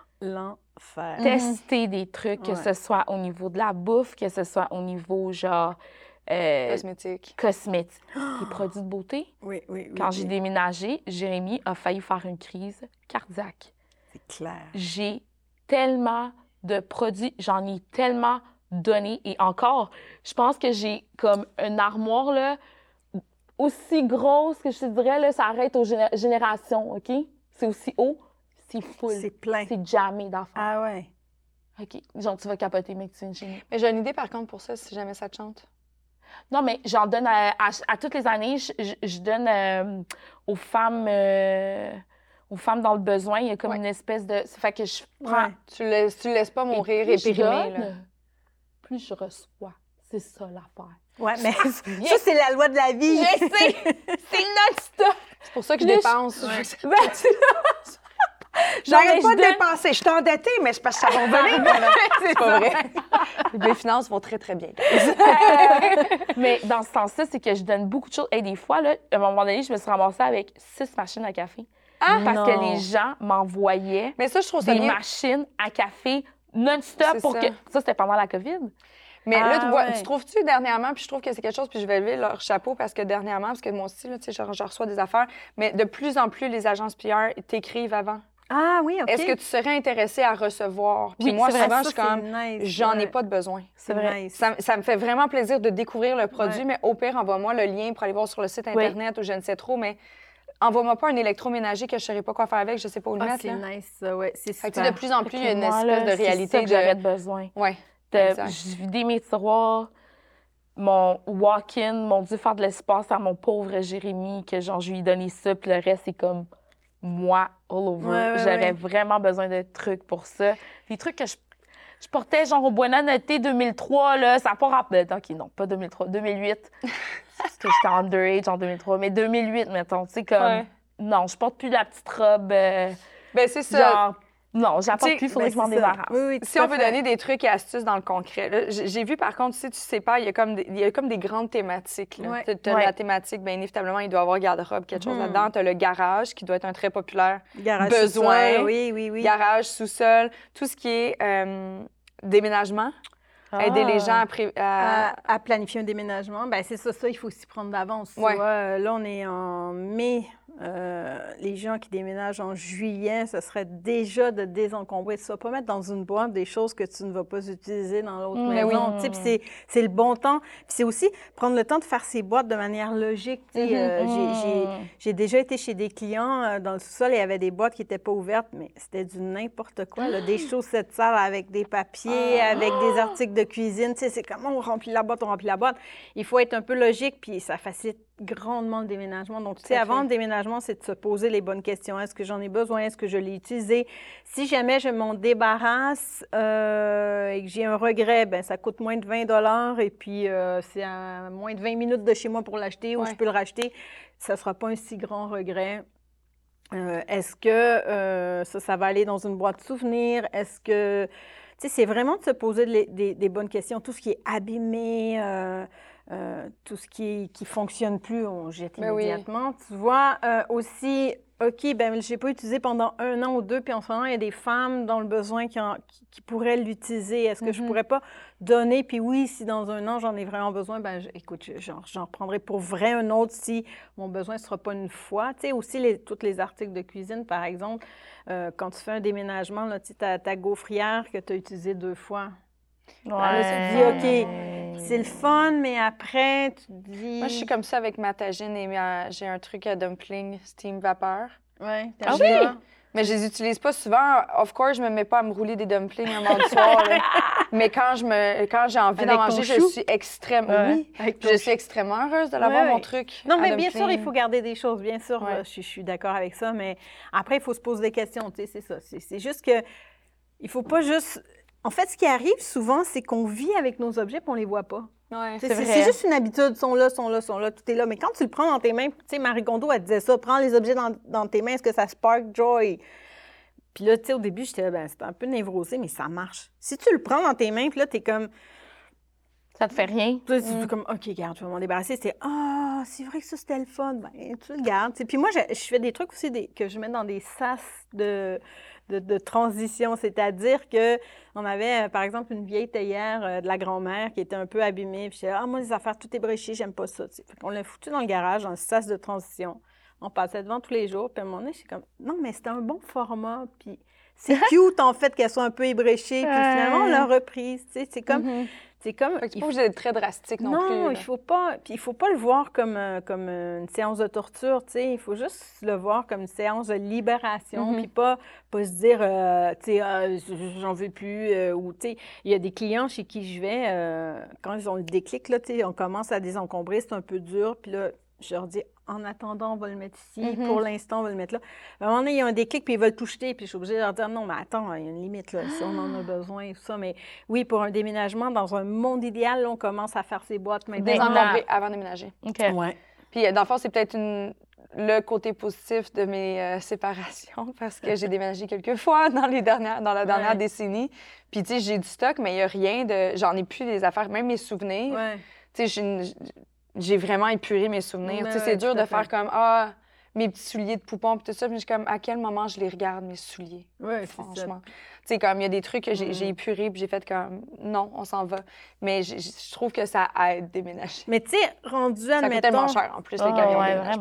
L'enfer. Tester des trucs, que Ouais. ce soit au niveau de la bouffe, que ce soit au niveau, genre, Cosmétique. cosmétique, des produits de beauté. Oui. Quand j'ai déménagé, Jérémy a failli faire une crise cardiaque. C'est clair. J'ai tellement de produits, j'en ai tellement donné. Et encore, je pense que j'ai comme une armoire là, aussi grosse que je te dirais, là, ça arrête aux générations, OK? C'est aussi haut, c'est full. C'est plein. C'est jamais d'affaires. Ah ouais. OK. Genre, tu vas capoter, mec, tu viens chez nous. Mais j'ai une idée, par contre, pour ça, si jamais ça te chante. Non, mais j'en donne à toutes les années, je donne aux femmes dans le besoin. Il y a comme Ouais. une espèce de... Ça fait que je prends... Ouais. Tu le laisses pas mourir plus je épérimé, là. donne, plus je reçois. C'est ça, l'affaire. Ouais, mais ça, c'est la loi de la vie. Je sais! C'est non-stop! C'est pour ça que je Là, dépense. Ben, J'arrête Non, pas mais de dépenser. Je suis endettée, mais c'est parce que ça va revenir. C'est pas vrai. Les finances vont très, très bien. mais dans ce sens-là, c'est que je donne beaucoup de choses. Et des fois, là, à un moment donné, je me suis ramassée avec 6 machines à café. Parce que les gens m'envoyaient Mais ça, je trouve ça des bien. machines à café non-stop C'est pour ça. que... Ça, c'était pendant la COVID. Mais là, tu vois, ouais. tu trouves-tu dernièrement, puis je trouve que c'est quelque chose, puis je vais lever leur chapeau parce que dernièrement, parce que moi aussi, là, tu sais, je reçois des affaires, mais de plus en plus, les agences PR t'écrivent avant. Ah oui, OK. Est-ce que tu serais intéressé à recevoir? Puis Oui, moi, c'est vrai. souvent, Ça, je suis c'est comme, nice, j'en ai ouais. pas de besoin. C'est vrai. nice. Ça me fait vraiment plaisir de découvrir le produit, Ouais. mais au pire, envoie-moi le lien pour aller voir sur le site Internet ou je ne sais trop, mais envoie-moi pas un électroménager que je ne saurais pas quoi faire avec, je ne sais pas où le Ah, mettre. c'est là. nice, ça, ouais. C'est Fait que, tu super. sais, de plus en plus, il y a une Moi, espèce là, de c'est réalité ça que j'aurais de... besoin. Ouais, exact. J'ai vidé mes tiroirs, mon walk-in, mon Dieu, faire de l'espace à mon pauvre Jérémy, que genre, je lui ai donné ça, puis le reste, c'est comme moi, all over. Ouais, J'aurais ouais. vraiment besoin de trucs pour ça. Des trucs que je portais, genre, au Buena Notte 2003, là, ça n'a pas rappelé. OK, non, pas 2003, 2008. Parce que j'étais underage en 2003, mais 2008, mettons, tu sais, comme... Ouais. Non, je porte plus la petite robe, Ben, c'est ça. genre... Non, je la Tu sais, porte plus, il faudrait Ben, que je m'en c'est ça. débarrasse. Oui, tout Si à on veut fait. donner des trucs et astuces dans le concret, là, j'ai vu par contre, si tu sais pas, il y a comme des grandes thématiques. Ouais. Tu as Ouais. la thématique, bien évidemment, il doit y avoir garde-robe, quelque chose là-dedans. Tu as le garage, qui doit être un très populaire Garage besoin. sous-sol, oui. Garage, sous-sol, tout ce qui est déménagement. Aider les gens à planifier un déménagement. Bien, c'est ça, il faut s'y prendre d'avance. Tu vois. Là, on est en mai. Les gens qui déménagent en juillet, ce serait déjà de désencombrer ça. Pas mettre dans une boîte des choses que tu ne vas pas utiliser dans l'autre maison. Tu sais, puis c'est le bon temps. Puis c'est aussi prendre le temps de faire ces boîtes de manière logique. Tu sais, j'ai déjà été chez des clients dans le sous-sol et il y avait des boîtes qui n'étaient pas ouvertes, mais c'était du n'importe quoi. Là, des chaussettes sales avec des papiers, avec des articles de cuisine. Tu sais, c'est comment on remplit la boîte, Il faut être un peu logique, puis ça facilite grandement le déménagement. Donc, tu sais, avant le déménagement, c'est de se poser les bonnes questions. Est-ce que j'en ai besoin? Est-ce que je l'ai utilisé? Si jamais je m'en débarrasse et que j'ai un regret, bien, ça coûte moins de 20 et puis c'est à moins de 20 minutes de chez moi pour l'acheter ou je peux le racheter. Ça ne sera pas un si grand regret. Est-ce que ça va aller dans une boîte souvenirs? Est-ce que... Tu sais, c'est vraiment de se poser des bonnes questions. Tout ce qui est abîmé... tout ce qui fonctionne plus, on jette immédiatement. Oui. Tu vois, aussi, OK, ben je l'ai pas utilisé pendant 1 an ou 2, puis en ce moment, il y a des femmes dans le besoin qui pourraient l'utiliser. Est-ce que je pourrais pas donner? Puis oui, si dans 1 an, j'en ai vraiment besoin, ben écoute, j'en reprendrai pour vrai un autre si mon besoin ne sera pas une fois. Tu sais, aussi, tous les articles de cuisine, par exemple, quand tu fais un déménagement, là, tu sais, ta gaufrière que tu as utilisée 2 fois. Là, tu te dis, OK, c'est le fun, mais après, tu te dis... Moi, je suis comme ça avec ma tagine et j'ai un truc à dumpling steam vapeur. Oui, ah oui? Mais je les utilise pas souvent. Of course, je me mets pas à me rouler des dumplings un mardi soir. Mais quand j'ai envie d'en manger, je suis extrêmement... Oui, je suis extrêmement heureuse de l'avoir, mon truc. Non, mais bien sûr, il faut garder des choses. Bien sûr, je suis d'accord avec ça. Mais après, il faut se poser des questions. Tu sais, c'est ça. C'est juste que il faut pas juste... En fait, ce qui arrive souvent, c'est qu'on vit avec nos objets et on ne les voit pas. Ouais, c'est juste une habitude. Ils sont là, tout est là. Mais quand tu le prends dans tes mains, tu sais, Marie Kondo, elle disait ça, prends les objets dans tes mains, est-ce que ça spark joy? Puis là, tu sais, au début, j'étais c'était un peu névrosée, mais ça marche. Si tu le prends dans tes mains, puis là, t'es comme... Ça te fait rien. Tu es comme, OK, regarde, je vais m'en débarrasser. C'est c'est vrai que ça, c'était le fun. Ben, tu le gardes. Puis moi, je fais des trucs aussi que je mets dans des sas de transition, c'est-à-dire qu'on avait, par exemple, une vieille théière de la grand-mère qui était un peu abîmée. Puis je disais, moi, les affaires, tout est bréché, j'aime pas ça. Fait qu'on l'a foutu dans le garage, dans le sas de transition. On passait devant tous les jours. Puis à un moment donné, je suis comme, non, mais c'était un bon format. Puis c'est cute, en fait, qu'elle soit un peu ébréchée. Puis finalement, on l'a reprise. Tu sais, c'est comme... C'est comme... Il faut pas être très drastique non plus. Non, il faut pas. Puis il faut pas le voir comme une séance de torture, tu sais. Il faut juste le voir comme une séance de libération, puis pas se dire, tu sais, j'en veux plus, ou tu sais, il y a des clients chez qui je vais, quand ils ont le déclic, là, tu sais, on commence à désencombrer, c'est un peu dur, puis là, je leur dis, en attendant, on va le mettre ici. Pour l'instant, on va le mettre là. À un moment donné, il y a un déclic, puis ils veulent tout jeter. Puis je suis obligée de leur dire, non, mais attends, il y a une limite, là, si on en a besoin et tout ça. Mais oui, pour un déménagement, dans un monde idéal, là, on commence à faire ses boîtes maintenant. Désencombrer avant de déménager. OK. Ouais. Puis, dans le fond, c'est peut-être le côté positif de mes séparations, parce que j'ai déménagé quelques fois dans la dernière décennie. Puis, tu sais, j'ai du stock, mais il n'y a rien de... J'en ai plus des affaires, même mes souvenirs. Ouais. Tu sais, j'ai vraiment épuré mes souvenirs. Tu sais, c'est dur de faire comme, mes petits souliers de poupon, puis tout ça. Puis je suis comme, à quel moment je les regarde, mes souliers? Oui, franchement. Tu sais, comme, il y a des trucs que j'ai épurés, puis j'ai fait comme, non, on s'en va. Mais je trouve que ça aide déménager. Mais tu sais, rendu à ça coûte tellement cher, en plus, les camions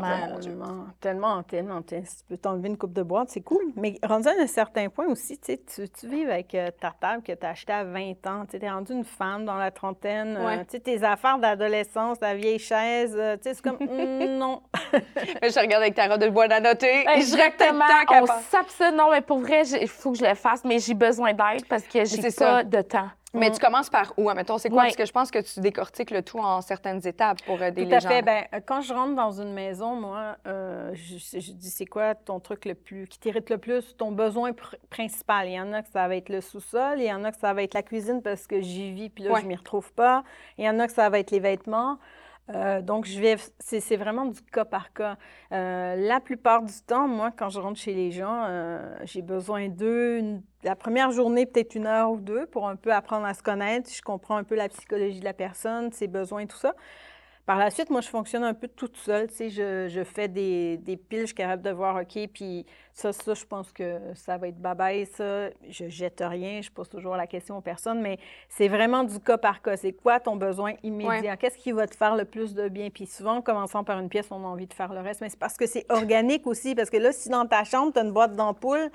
Tellement. Si tu peux t'enlever une coupe de boîte, c'est cool. Mais rendu à un certain point aussi, tu sais, tu vis avec ta table que tu as achetée à 20 ans. Tu es rendue une femme dans la trentaine. Tu sais, tes affaires d'adolescence, ta vieille chaise, tu sais, c'est comme, non. Mais je regarde avec ta robe de bois à noter. Exactement. On s'abstient. Non, mais pour vrai, il faut que je le fasse, mais j'ai besoin d'aide parce que j'ai pas de temps. Mais tu commences par où, admettons? C'est quoi? Parce que je pense que tu décortiques le tout en certaines étapes pour aider les gens. Tout à fait. Bien, quand je rentre dans une maison, moi, je dis, c'est quoi ton truc qui t'irrite le plus, ton besoin principal? Il y en a que ça va être le sous-sol, il y en a que ça va être la cuisine parce que j'y vis, puis là, je m'y retrouve pas. Il y en a que ça va être les vêtements. Donc, c'est vraiment du cas par cas. La plupart du temps, moi, quand je rentre chez les gens, j'ai besoin d'eux. La première journée, peut-être 1 heure ou 2 pour un peu apprendre à se connaître. Je comprends un peu la psychologie de la personne, ses besoins, tout ça. Par la suite, moi, je fonctionne un peu toute seule. Tu sais, je fais des piles, je suis capable de voir, OK, puis ça, je pense que ça va être bye-bye, ça. Je jette rien, je pose toujours la question aux personnes, mais c'est vraiment du cas par cas. C'est quoi ton besoin immédiat? Qu'est-ce qui va te faire le plus de bien? Puis souvent, en commençant par une pièce, on a envie de faire le reste, mais c'est parce que c'est organique aussi. Parce que là, si dans ta chambre, tu as une boîte d'ampoules,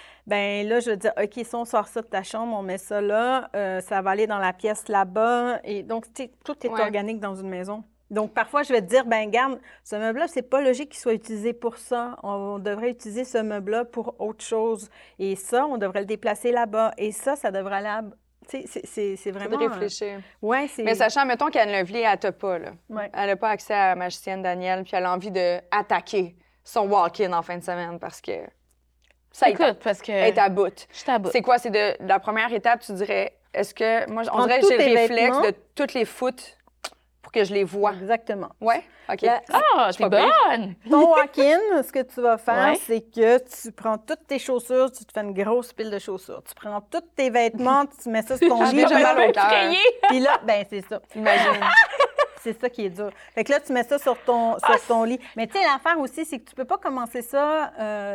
ben là, je veux dire, OK, si on sort ça de ta chambre, on met ça là, ça va aller dans la pièce là-bas. Et donc, tu sais, tout est organique dans une maison. Donc, parfois, je vais te dire, ben garde, ce meuble-là, c'est pas logique qu'il soit utilisé pour ça. On devrait utiliser ce meuble-là pour autre chose. Et ça, on devrait le déplacer là-bas. Et ça devrait aller Tu sais, c'est vraiment... de réfléchir. Ouais, c'est... Mais sachant, mettons qu'Anne Lovely, elle t'a pas, là. Ouais. Elle n'a pas accès à la magicienne Danielle, puis elle a envie d'attaquer son walk-in en fin de semaine parce que ça Écoute, parce que... est à bout. Je suis à bout. C'est quoi? C'est de la première étape, tu dirais, est-ce que... Moi, on dirait que tous j'ai le tes réflexe vêtements. de toutes les foutre pour que je les vois. Exactement. Ouais? OK. Ah, Je suis t'es pas pire. bonne! Ton walk-in, ce que tu vas faire, Ouais. c'est que tu prends toutes tes chaussures, tu te fais une grosse pile de chaussures. Tu prends tous tes vêtements, tu mets ça sur ton Ah, lit. déjà mal au cœur. effrayée. Puis là, ben c'est ça. Imagine. C'est ça qui est dur. Fait que là, tu mets ça sur ton lit. Mais tu sais, l'affaire aussi, c'est que tu peux pas commencer ça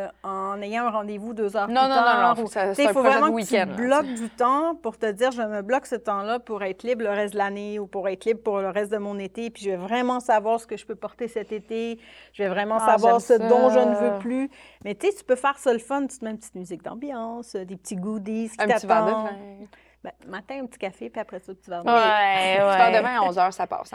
en ayant un rendez-vous 2 heures Non, plus non, tard. non, ou- c'est Tu sais, un il faut projet de vraiment que week-end, tu là, bloques du temps pour te dire, je me bloque ce temps-là pour être libre le reste de l'année ou pour être libre pour le reste de mon été. Puis je vais vraiment savoir ce que je peux porter cet été. Je vais vraiment savoir ce j'aime ça. dont je ne veux plus. Mais tu sais, tu peux faire ça le fun. Tu te mets une petite musique d'ambiance, des petits goodies qui Un petit verre de t'attendent. vin. Ben, matin, un petit café, puis après ça, un petit verre de Ouais, vin. Un petit verre de vin à 11 h, ça passe. Hein?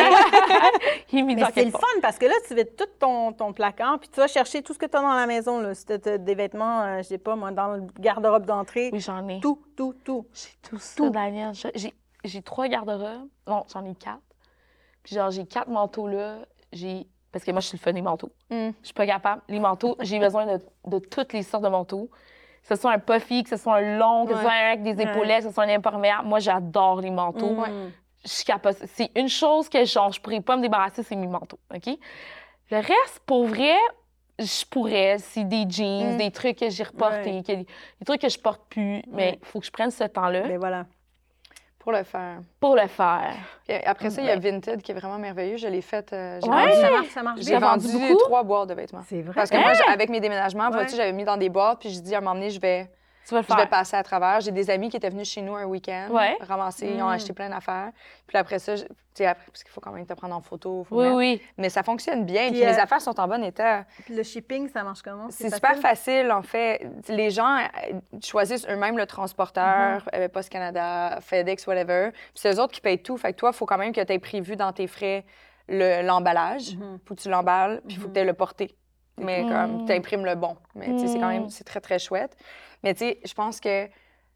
Il est mis Mais dans c'est le quelque fun parce que là, tu vides tout ton placard, puis tu vas chercher tout ce que tu as dans la maison. Là. Si tu as des vêtements, je sais pas, moi, dans le garde-robe d'entrée, Oui, j'en ai. tout. J'ai tout ça, Daniel. J'ai 3 garde-robes. Non, j'en ai 4. Puis genre, j'ai 4 manteaux là. Parce que moi, je suis le fun des manteaux. Je suis pas capable. Les manteaux, j'ai besoin de toutes les sortes de manteaux. Que ce soit un puffy, que ce soit un long, que ce soit un avec des épaulettes, que ce soit un imperméable. Moi, j'adore les manteaux. Je suis capable. C'est une chose que genre, je pourrais pas me débarrasser, c'est mes manteaux. OK? Le reste, pour vrai, je pourrais. C'est des jeans, des trucs que j'ai reportés, des trucs que je porte plus. Mais il faut que je prenne ce temps-là Ben voilà. Pour le faire. pour le faire. Puis après ça, il y a Vinted qui est vraiment merveilleux. Je l'ai fait. J'ai Ouais. vendu, Ça marche j'ai bien. vendu vendu beaucoup? 3 boîtes de vêtements. C'est vrai. Parce que moi, avec mes déménagements, vois-tu, Ouais. j'avais mis dans des boîtes, puis je dis à un moment donné, je vais Tu vas le Je vais faire. passer à travers. J'ai des amis qui étaient venus chez nous un week-end, Ouais. ramasser, ils ont acheté plein d'affaires. Puis après ça, tu sais, après, parce qu'il faut quand même te prendre en photo. Faut Oui, mettre. oui. Mais ça fonctionne bien. Puis, Puis les affaires sont en bon état. Puis le shipping, ça marche comment? C'est super facile, en fait. Les gens choisissent eux-mêmes le transporteur, Post Canada, FedEx, whatever. Puis c'est eux autres qui payent tout. Fait que toi, il faut quand même que tu aies prévu dans tes frais l'emballage. Faut que tu l'emballes, puis il faut que tu aies le porté. Mais comme tu imprimes le bon. Mais tu sais, c'est quand même c'est très, très chouette. Mais tu sais, je pense que.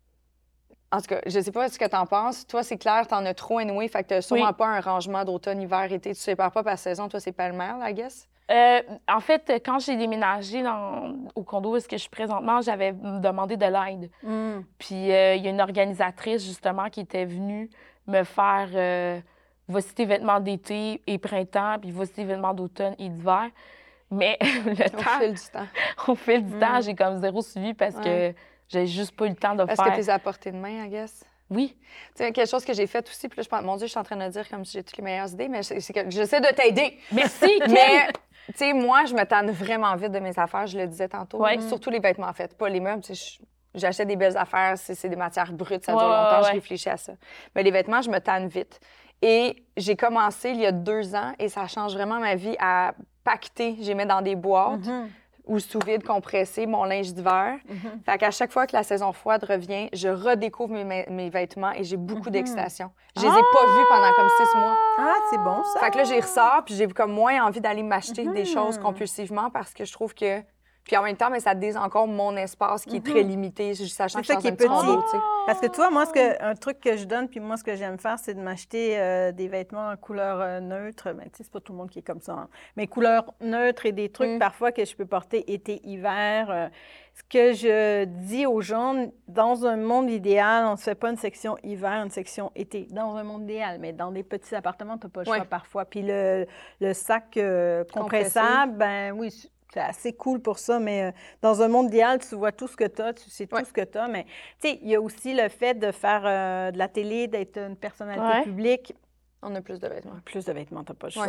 En tout cas, je sais pas ce que tu en penses. Toi, c'est clair, tu en as trop anyway, fait que tu n'as sûrement Oui. pas un rangement d'automne, hiver, été. Tu sépares pas par saison. Toi, c'est pêle-mêle, I guess? En fait, quand j'ai déménagé au condo où est-ce que je suis présentement, j'avais demandé de l'aide. Puis il y a une organisatrice, justement, qui était venue me faire voici tes vêtements d'été et printemps, puis voici tes vêtements d'automne et d'hiver. Mais le Au temps, fil du temps. au fil du temps, j'ai comme zéro suivi parce que j'ai juste pas eu le temps de Parce faire. que tu es à portée de main, I guess. Oui. Tu sais, quelque chose que j'ai fait aussi, puis là, je pense, mon Dieu, je suis en train de dire comme si j'ai toutes les meilleures idées, mais c'est que j'essaie de t'aider. Merci, Kim. Mais, tu sais, moi, je me tanne vraiment vite de mes affaires, je le disais tantôt. Ouais. Surtout les vêtements, en fait, pas les meubles. Tu sais, j'achète des belles affaires, c'est des matières brutes, ça Ouais, dure longtemps, ouais. je réfléchis à ça. Mais les vêtements, je me tanne vite. Et j'ai commencé il y a 2 ans, et ça change vraiment ma vie à pacter. J'ai mis dans des boîtes ou sous vide compressé mon linge d'hiver. Fait qu'à chaque fois que la saison froide revient, je redécouvre mes vêtements et j'ai beaucoup d'excitation. Je les ai pas vus pendant comme 6 mois. Ah, c'est bon, ça. Fait que là, j'y ressors, puis j'ai comme moins envie d'aller m'acheter des choses compulsivement parce que je trouve que... Puis en même temps, mais ça dise encore mon espace qui est très limité, sachant que je C'est ça suis qui dans est un petit condo, petit. tu sais. Parce que tu vois, moi, un truc que je donne, puis moi, ce que j'aime faire, c'est de m'acheter des vêtements en couleur neutre. Ben, tu sais, c'est pas tout le monde qui est comme ça. Hein. Mais couleur neutre et des trucs parfois que je peux porter été, hiver. Ce que je dis aux gens, dans un monde idéal, on ne se fait pas une section hiver, une section été. Dans un monde idéal, mais dans des petits appartements, tu n'as pas le choix parfois. Puis le sac compressable, ben oui, c'est assez cool pour ça, mais dans un monde idéal, tu vois tout ce que tu as, tu sais tout ce que tu as. Mais tu sais, il y a aussi le fait de faire de la télé, d'être une personnalité publique. On a plus de vêtements. Plus de vêtements, t'as pas le choix.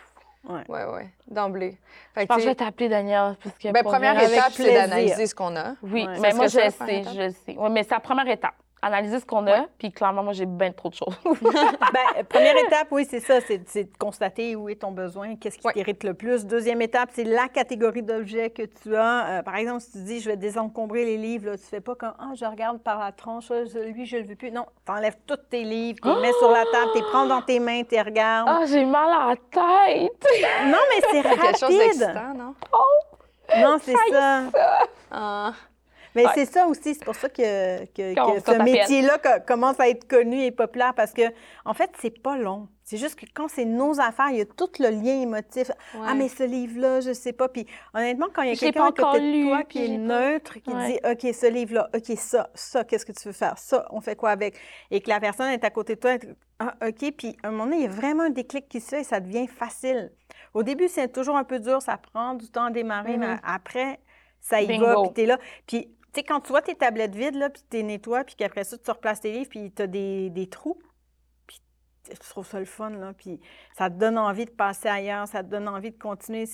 Ouais, d'emblée. Je pense que je vais t'appeler Danielle. Parce que première étape, c'est d'analyser ce qu'on a. Oui, Ouais. mais moi, je le sais. Oui, mais c'est la première étape. Analyser ce qu'on a, puis clairement, moi, j'ai bien trop de choses. Première étape, oui, c'est ça, c'est de constater où est ton besoin, qu'est-ce qui t'irrite le plus. Deuxième étape, c'est la catégorie d'objets que tu as. Par exemple, si tu dis, je vais désencombrer les livres, là, tu fais pas comme, je regarde par la tronche, lui, je le veux plus. Non, tu enlèves tous tes livres, tu les mets sur la table, tu les prends dans tes mains, tu les regardes. Ah, j'ai mal à la tête! Non, mais c'est rapide. Quelque chose d'excitant, non? Non, c'est ça. Ah. Mais c'est ça aussi, c'est pour ça que Quand ce métier-là commence à être connu et populaire parce que, en fait, c'est pas long. C'est juste que quand c'est nos affaires, il y a tout le lien émotif. Ouais. Ah, mais ce livre-là, je sais pas. Puis honnêtement, quand il y a Je l'ai quelqu'un à pas encore côté de lu, toi puis qui est j'ai pas- neutre, qui dit, OK, ce livre-là, OK, ça, qu'est-ce que tu veux faire? Ça, on fait quoi avec? Et que la personne est à côté de toi, OK, puis à un moment donné, il y a vraiment un déclic qui se fait et ça devient facile. Au début, c'est toujours un peu dur, ça prend du temps à démarrer, mais après, ça y va, Bingo. puis t'es là. Puis tu sais, quand tu vois tes tablettes vides, là, puis tu les nettoies, puis qu'après ça, tu replaces tes livres, puis tu as des trous, puis tu trouves ça le fun, là, puis ça te donne envie de passer ailleurs, ça te donne envie de continuer.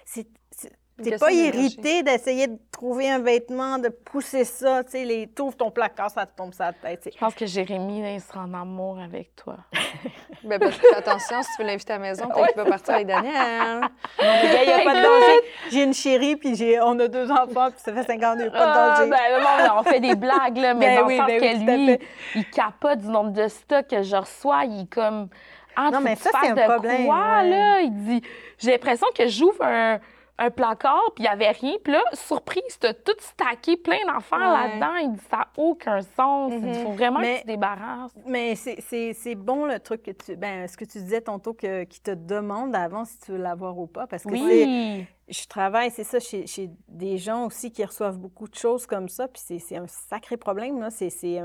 T'es pas irrité d'essayer de trouver un vêtement, de pousser ça, tu sais, t'ouvres ton placard, ça te tombe sur la tête. Je pense que Jérémy, là, il sera en amour avec toi. Parce que fais attention, si tu veux l'inviter à la maison, peut-être qu'il va partir avec Daniel. Non, mais il n'y a pas de danger. J'ai une chérie, puis on a 2 enfants, puis ça fait 50 ans, il n'y a pas de danger. Non, on fait des blagues, là, mais dans le sens tout à que lui, fait. il capote du nombre de stocks que je reçois. Il est comme... Non, faut mais que ça, tu c'est fasses un de problème, quoi, ouais. là? Il dit... J'ai l'impression que j'ouvre un placard, puis il n'y avait rien. Puis là, surprise, t'as tout stacké, plein d'affaires là-dedans. Il dit, ça n'a aucun sens. Il faut vraiment que tu te débarrasses. Mais c'est bon le truc que ce que tu disais tantôt qui te demande avant si tu veux l'avoir ou pas. Parce que Oui. je travaille, c'est ça, chez des gens aussi qui reçoivent beaucoup de choses comme ça, puis c'est un sacré problème, là. C'est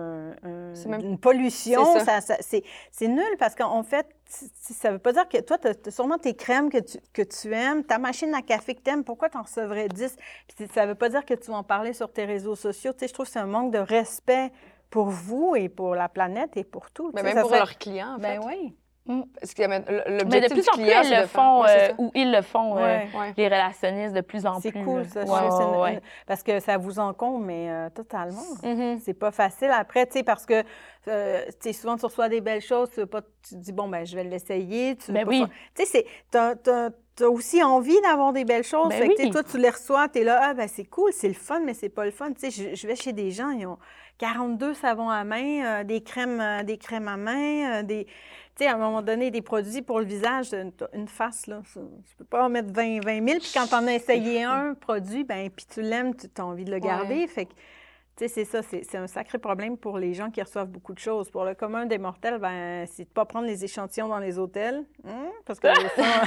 une pollution. C'est nul parce qu'en fait, ça veut pas dire que toi, tu as sûrement tes crèmes que tu aimes, ta machine à café que tu aimes, pourquoi tu en recevrais 10? Puis ça veut pas dire que tu vas en parler sur tes réseaux sociaux. Tu sais, je trouve que c'est un manque de respect pour vous et pour la planète et pour tout. Mais même pour leurs clients, en fait. Ben oui. Parce que Mais de l'objectif plus du en plus, client, elles le font, ou ils le font, Ouais. les relationnistes, de plus en plus. C'est cool, ça. Ouais. Parce que ça vous encombre, mais totalement. Mhm. C'est pas facile après, tu sais, parce que souvent tu reçois des belles choses, tu te dis, bon, ben je vais l'essayer. Ben oui. Tu sais, t'as aussi envie d'avoir des belles choses. Ben Fait que, tu sais, oui. toi, tu les reçois, tu es là, ben c'est cool, c'est le fun, mais c'est pas le fun. Tu sais, je vais chez des gens, ils ont 42 savons à main, des crèmes à main, tu sais, à un moment donné, des produits pour le visage, une face, là, tu peux pas en mettre 20 000. Puis quand tu en as essayé un produit, ben puis tu l'aimes, tu as envie de le garder. Fait que, tu sais, c'est ça, c'est un sacré problème pour les gens qui reçoivent beaucoup de choses. Pour le commun des mortels, ben c'est de pas prendre les échantillons dans les hôtels, parce que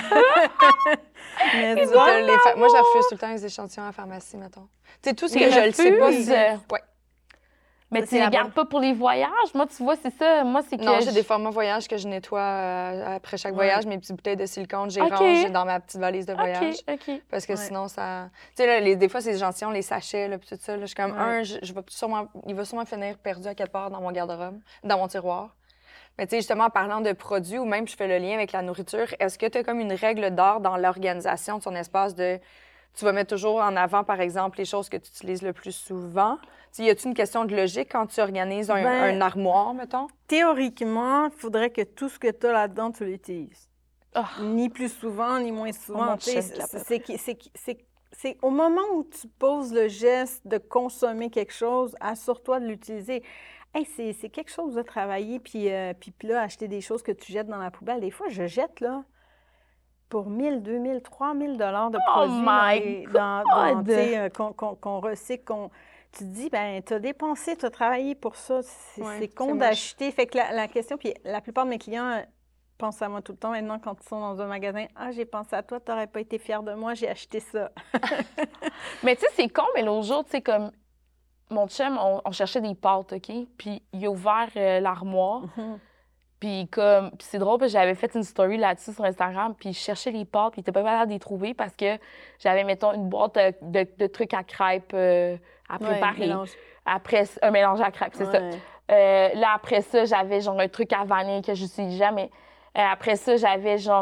mais tu vois, Moi, je refuse tout le temps les échantillons à la pharmacie, mettons. Tu sais, tout ce que Les je le sais pas. refuses? Ouais. Mais Ça, tu c'est les la gardes pas pour les voyages? Moi, tu vois, c'est ça. Moi, c'est que... Non, j'ai des formats voyage que je nettoie après chaque voyage. Mes petites bouteilles de silicone, j'ai OK. rangé dans ma petite valise de voyage. OK. Parce que Ouais. sinon, ça... Tu sais, là, des fois, ces échantillons, les sachets, là, puis tout ça, là, je suis comme, il va sûrement finir perdu à quelque part dans mon garde-robe, dans mon tiroir. Mais tu sais, justement, en parlant de produits, ou même je fais le lien avec la nourriture, est-ce que tu as comme une règle d'or dans l'organisation de ton espace de... Tu vas mettre toujours en avant, par exemple, les choses que tu utilises le plus souvent? Tu sais, y a-t-il une question de logique quand tu organises un armoire, mettons? théoriquement, il faudrait que tout ce que tu as là-dedans, tu l'utilises. Ah. Ni plus souvent, ni moins souvent. mon Tu sais, chef capote. c'est au moment où tu poses le geste de consommer quelque chose, assure-toi de l'utiliser. Hey, c'est quelque chose de travailler, puis là, acheter des choses que tu jettes dans la poubelle. Des fois, je jette, là, pour 1 000, 2 000, 3 000 de produits my God! tu sais, qu'on recycle, tu te dis, ben tu as dépensé, tu as travaillé pour ça. C'est Ouais, con c'est moche. d'acheter. Fait que la question, puis la plupart de mes clients pensent à moi tout le temps maintenant quand ils sont dans un magasin. Ah, j'ai pensé à toi, tu n'aurais pas été fière de moi, j'ai acheté ça. Mais tu sais, c'est con, mais l'autre jour, tu sais, comme mon chum, on cherchait des pâtes, OK? Puis il a ouvert l'armoire. Puis c'est drôle, parce que j'avais fait une story là-dessus sur Instagram, puis je cherchais les pâtes, puis il était pas capable de les trouver parce que j'avais, mettons, une boîte de trucs à crêpes à préparer. mélange. Après, un mélange à crêpes, c'est ça. Ouais. Là, après ça, j'avais genre un truc à vanille que j'utilise jamais. Après ça, j'avais genre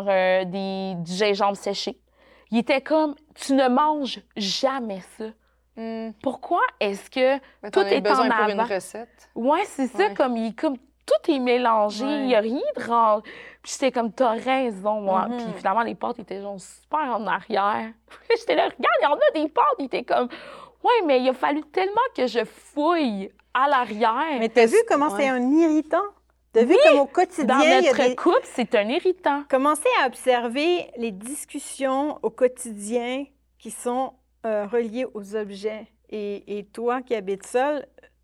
du gingembre séché. Il était comme, tu ne manges jamais ça. Pourquoi est-ce que tout est besoin en pour avant? une recette. Ouais, c'est ça, comme tout est mélangé, il n'y a rien de rare. Puis j'étais comme, t'as raison, moi. Puis finalement, les pâtes étaient genre super en arrière. J'étais là, regarde, il y en a des pâtes. Il était comme, ouais, mais il a fallu tellement que je fouille à l'arrière. Mais t'as vu comment c'est un irritant? T'as vu comme au quotidien, Dans il y a notre des... couple, c'est un irritant. Commencez à observer les discussions au quotidien qui sont reliées aux objets. Et toi qui habites seul,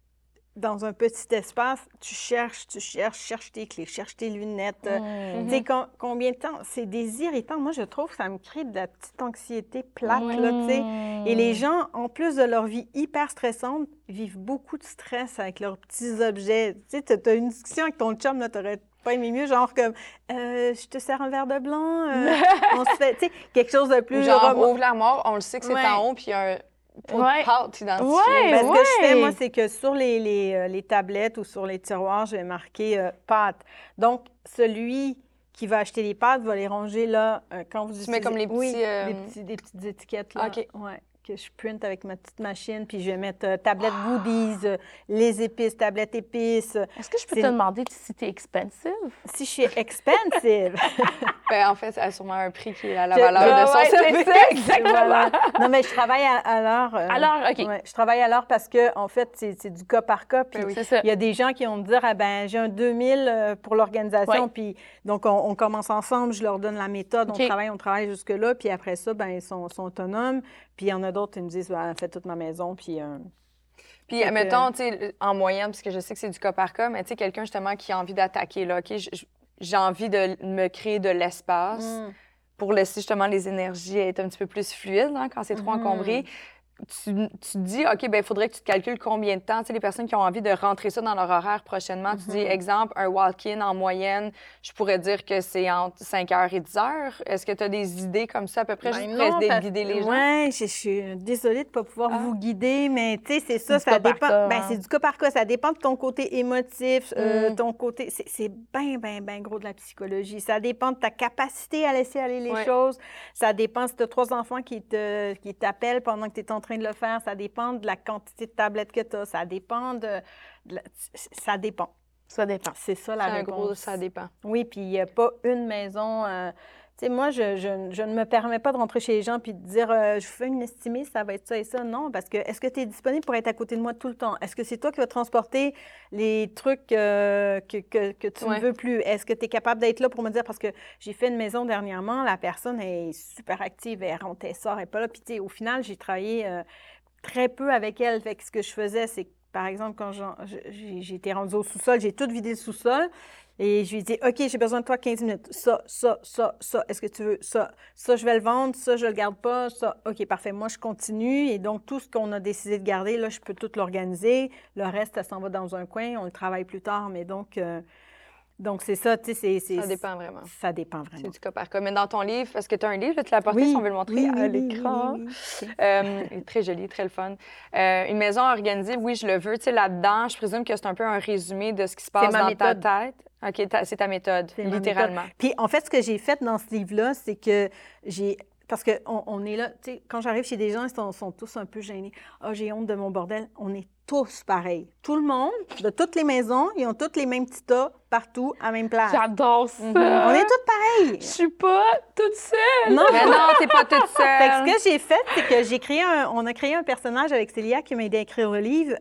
dans un petit espace, tu cherches tes clés, cherches tes lunettes. Tu sais, combien de temps? C'est des irritants. Moi, je trouve que ça me crée de la petite anxiété plate, là, tu sais. Et les gens, en plus de leur vie hyper stressante, vivent beaucoup de stress avec leurs petits objets. Tu sais, t'as une discussion avec ton chum, là, t'aurais pas aimé mieux, genre comme je te sers un verre de blanc, on se fait, tu sais, quelque chose de plus... Genre, on ouvre l'armoire, on le sait que c'est en haut, puis il y a un pot de pâte identifié. Ce que je fais, moi, c'est que sur les tablettes ou sur les tiroirs, je vais marquer pâtes. Donc, celui qui va acheter les pâtes va les ranger là quand vous utilisez... Tu mets comme les petits... Oui, des petites étiquettes là. OK. Ouais, que je printe avec ma petite machine, puis je vais mettre tablette goodies, les épices, tablette épices. Est-ce que je peux te demander si t'es expensive? Si je suis expensive? Ben, en fait, elle a sûrement un prix qui est à la valeur de son service. Exactement. Voilà. Non, mais je travaille à l'heure. À l'heure, OK. Ouais, je travaille à l'heure parce que, en fait, c'est du cas par cas. Puis c'est ça. il y a des gens qui vont me dire, ah ben j'ai un 2000 pour l'organisation. Ouais. Puis donc, on commence ensemble, je leur donne la méthode, OK. on travaille jusque-là. Puis après ça, ben ils sont autonomes. Puis il y en a d'autres qui me disent, ben, fais toute ma maison. Puis. Puis, mettons, tu sais, en moyenne, parce que je sais que c'est du cas par cas, mais tu sais, quelqu'un justement qui a envie d'attaquer, là, OK, j'ai envie de me créer de l'espace pour laisser justement les énergies être un petit peu plus fluides hein, quand c'est trop encombré. Tu te dis, OK, bien, il faudrait que tu te calcules combien de temps. Tu sais, les personnes qui ont envie de rentrer ça dans leur horaire prochainement, tu dis, exemple, un walk-in en moyenne, je pourrais dire que c'est entre 5 heures et 10 heures. Est-ce que tu as des idées comme ça à peu près, juste pour essayer de guider les gens? Oui, je suis désolée de ne pas pouvoir vous guider, mais tu sais, c'est ça, ça dépend. Ben, c'est du cas par cas. Ça dépend de ton côté émotif, ton côté. C'est bien gros de la psychologie. Ça dépend de ta capacité à laisser aller les choses. Ça dépend si tu as 3 enfants qui t'appellent pendant que tu es en train de le faire. Ça dépend de la quantité de tablettes que tu as. Ça dépend ça dépend. Ça dépend. C'est ça la réponse. Un gros, ça dépend. Oui, puis il n'y a pas une maison... Tu sais, moi, je ne me permets pas de rentrer chez les gens puis de dire je vous fais une estimée, ça va être ça et ça. Non, parce que est-ce que tu es disponible pour être à côté de moi tout le temps? Est-ce que c'est toi qui vas transporter les trucs que tu ne veux plus? Est-ce que tu es capable d'être là pour me dire? Parce que j'ai fait une maison dernièrement, la personne est super active, elle rentre, elle sort, elle n'est pas là. Puis, tu sais, au final, j'ai travaillé très peu avec elle. Fait que ce que je faisais, c'est que, par exemple, quand j'ai été rendue au sous-sol, j'ai tout vidé le sous-sol. Et je lui ai dit, OK, j'ai besoin de toi 15 minutes. Ça. Est-ce que tu veux ça? Ça, je vais le vendre. Ça, je le garde pas. Ça, OK, parfait. Moi, je continue. Et donc, tout ce qu'on a décidé de garder, là, je peux tout l'organiser. Le reste, ça s'en va dans un coin. On le travaille plus tard. Mais donc c'est ça, tu sais, ça dépend vraiment. Ça dépend vraiment. C'est du cas par cas. Mais dans ton livre, est-ce que tu as un livre? Je vais te l'apporter si on veut le montrer à l'écran. Oui. Très joli, très le fun. Une maison organisée, oui, je le veux. Tu sais, là-dedans, je présume que c'est un peu un résumé de ce qui se passe dans ta tête. OK, c'est ta méthode, littéralement. Puis, en fait, ce que j'ai fait dans ce livre-là, c'est que parce qu'on est là, tu sais, quand j'arrive chez des gens, ils sont tous un peu gênés. « Ah, j'ai honte de mon bordel. » On est tous pareils. Tout le monde, de toutes les maisons, ils ont tous les mêmes petits tas partout, à la même place. J'adore ça! On est tous pareils. Je suis pas toute seule! Non, mais non, t'es pas toute seule! Fait que ce que j'ai fait, c'est que on a créé un personnage avec Célia qui m'a aidé à écrire le livre.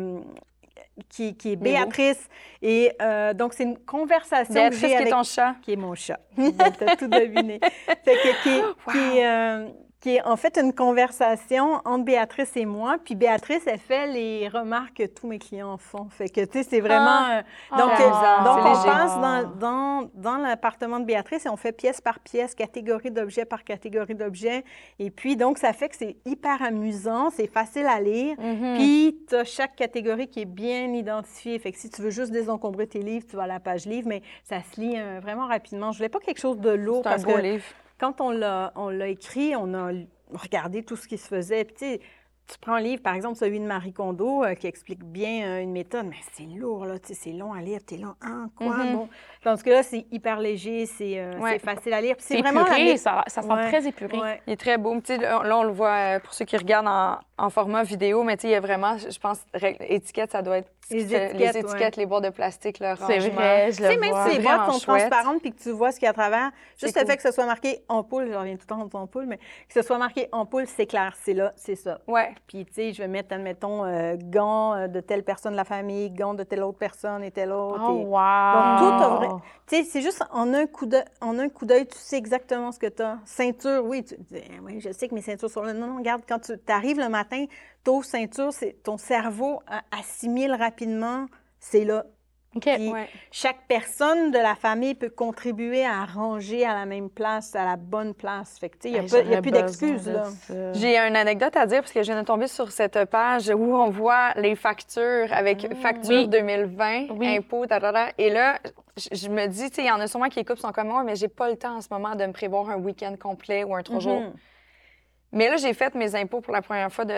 Qui est Béatrice. Et donc, c'est une conversation Béatrice, que j'ai avec... qui est ton chat. Qui est mon chat. T'as tout deviné. Fait que, qui est en fait une conversation entre Béatrice et moi. Puis Béatrice, elle fait les remarques que tous mes clients font. Fait que, tu sais, c'est vraiment... donc, on passe dans l'appartement de Béatrice et on fait pièce par pièce, catégorie d'objets par catégorie d'objets. Et puis, donc, ça fait que c'est hyper amusant, c'est facile à lire. Puis, tu as chaque catégorie qui est bien identifiée. Fait que si tu veux juste désencombrer tes livres, tu vas à la page livre, mais ça se lit vraiment rapidement. Je voulais pas quelque chose de lourd. C'est un beau livre. Quand on l'a écrit, on a regardé tout ce qui se faisait. Puis, tu sais, tu prends un livre, par exemple, celui de Marie Kondo, qui explique bien une méthode, mais c'est lourd, là, tu sais, c'est long à lire. T'es là, quoi? Bon. Tandis que là, c'est hyper léger, c'est facile à lire. Puis C'est c'est vraiment épuré, ça sent Ouais. très épuré. Ouais. Il est très beau. Tu sais, là, on le voit pour ceux qui regardent en format vidéo, mais tu sais, il y a vraiment, je pense, étiquette, ça doit être Les les étiquettes, étiquettes, les boîtes de plastique, le C'est rangement. vrai, je Tu sais, le même vois. si les Vraiment boîtes sont chouette. transparentes puis que tu vois ce qu'il y a à travers, juste C'est le cool. fait que ce soit marqué ampoule, je reviens tout le temps aux ampoules, mais que ce soit marqué ampoule, c'est clair, c'est là, c'est ça. Ouais. Puis, tu sais, je vais mettre, admettons, gants de telle personne de la famille, gants de telle autre personne et telle autre. Oh, et- wow! Donc, tout a Tu sais, c'est juste en un coup d'œil, tu sais exactement ce que tu as. Ceinture, oui, tu dis, oui, je sais que mes ceintures sont là. Non, non, regarde, quand tu arrives le matin, t'ouvres ceinture, ton cerveau assimile rapidement, c'est là. OK. Puis Ouais. chaque personne de la famille peut contribuer à ranger à la même place, à la bonne place. Fait que, tu sais, il n'y a plus d'excuses, là. J'ai une anecdote à dire parce que je viens de tomber sur cette page où on voit les factures avec facture Oui. 2020, Oui. impôts, et là, je me dis, tu sais, il y en a sûrement qui écoutent, sont comme moi, mais j'ai pas le temps en ce moment de me prévoir un week-end complet ou un 3 jours. Mais là, j'ai fait mes impôts pour la première fois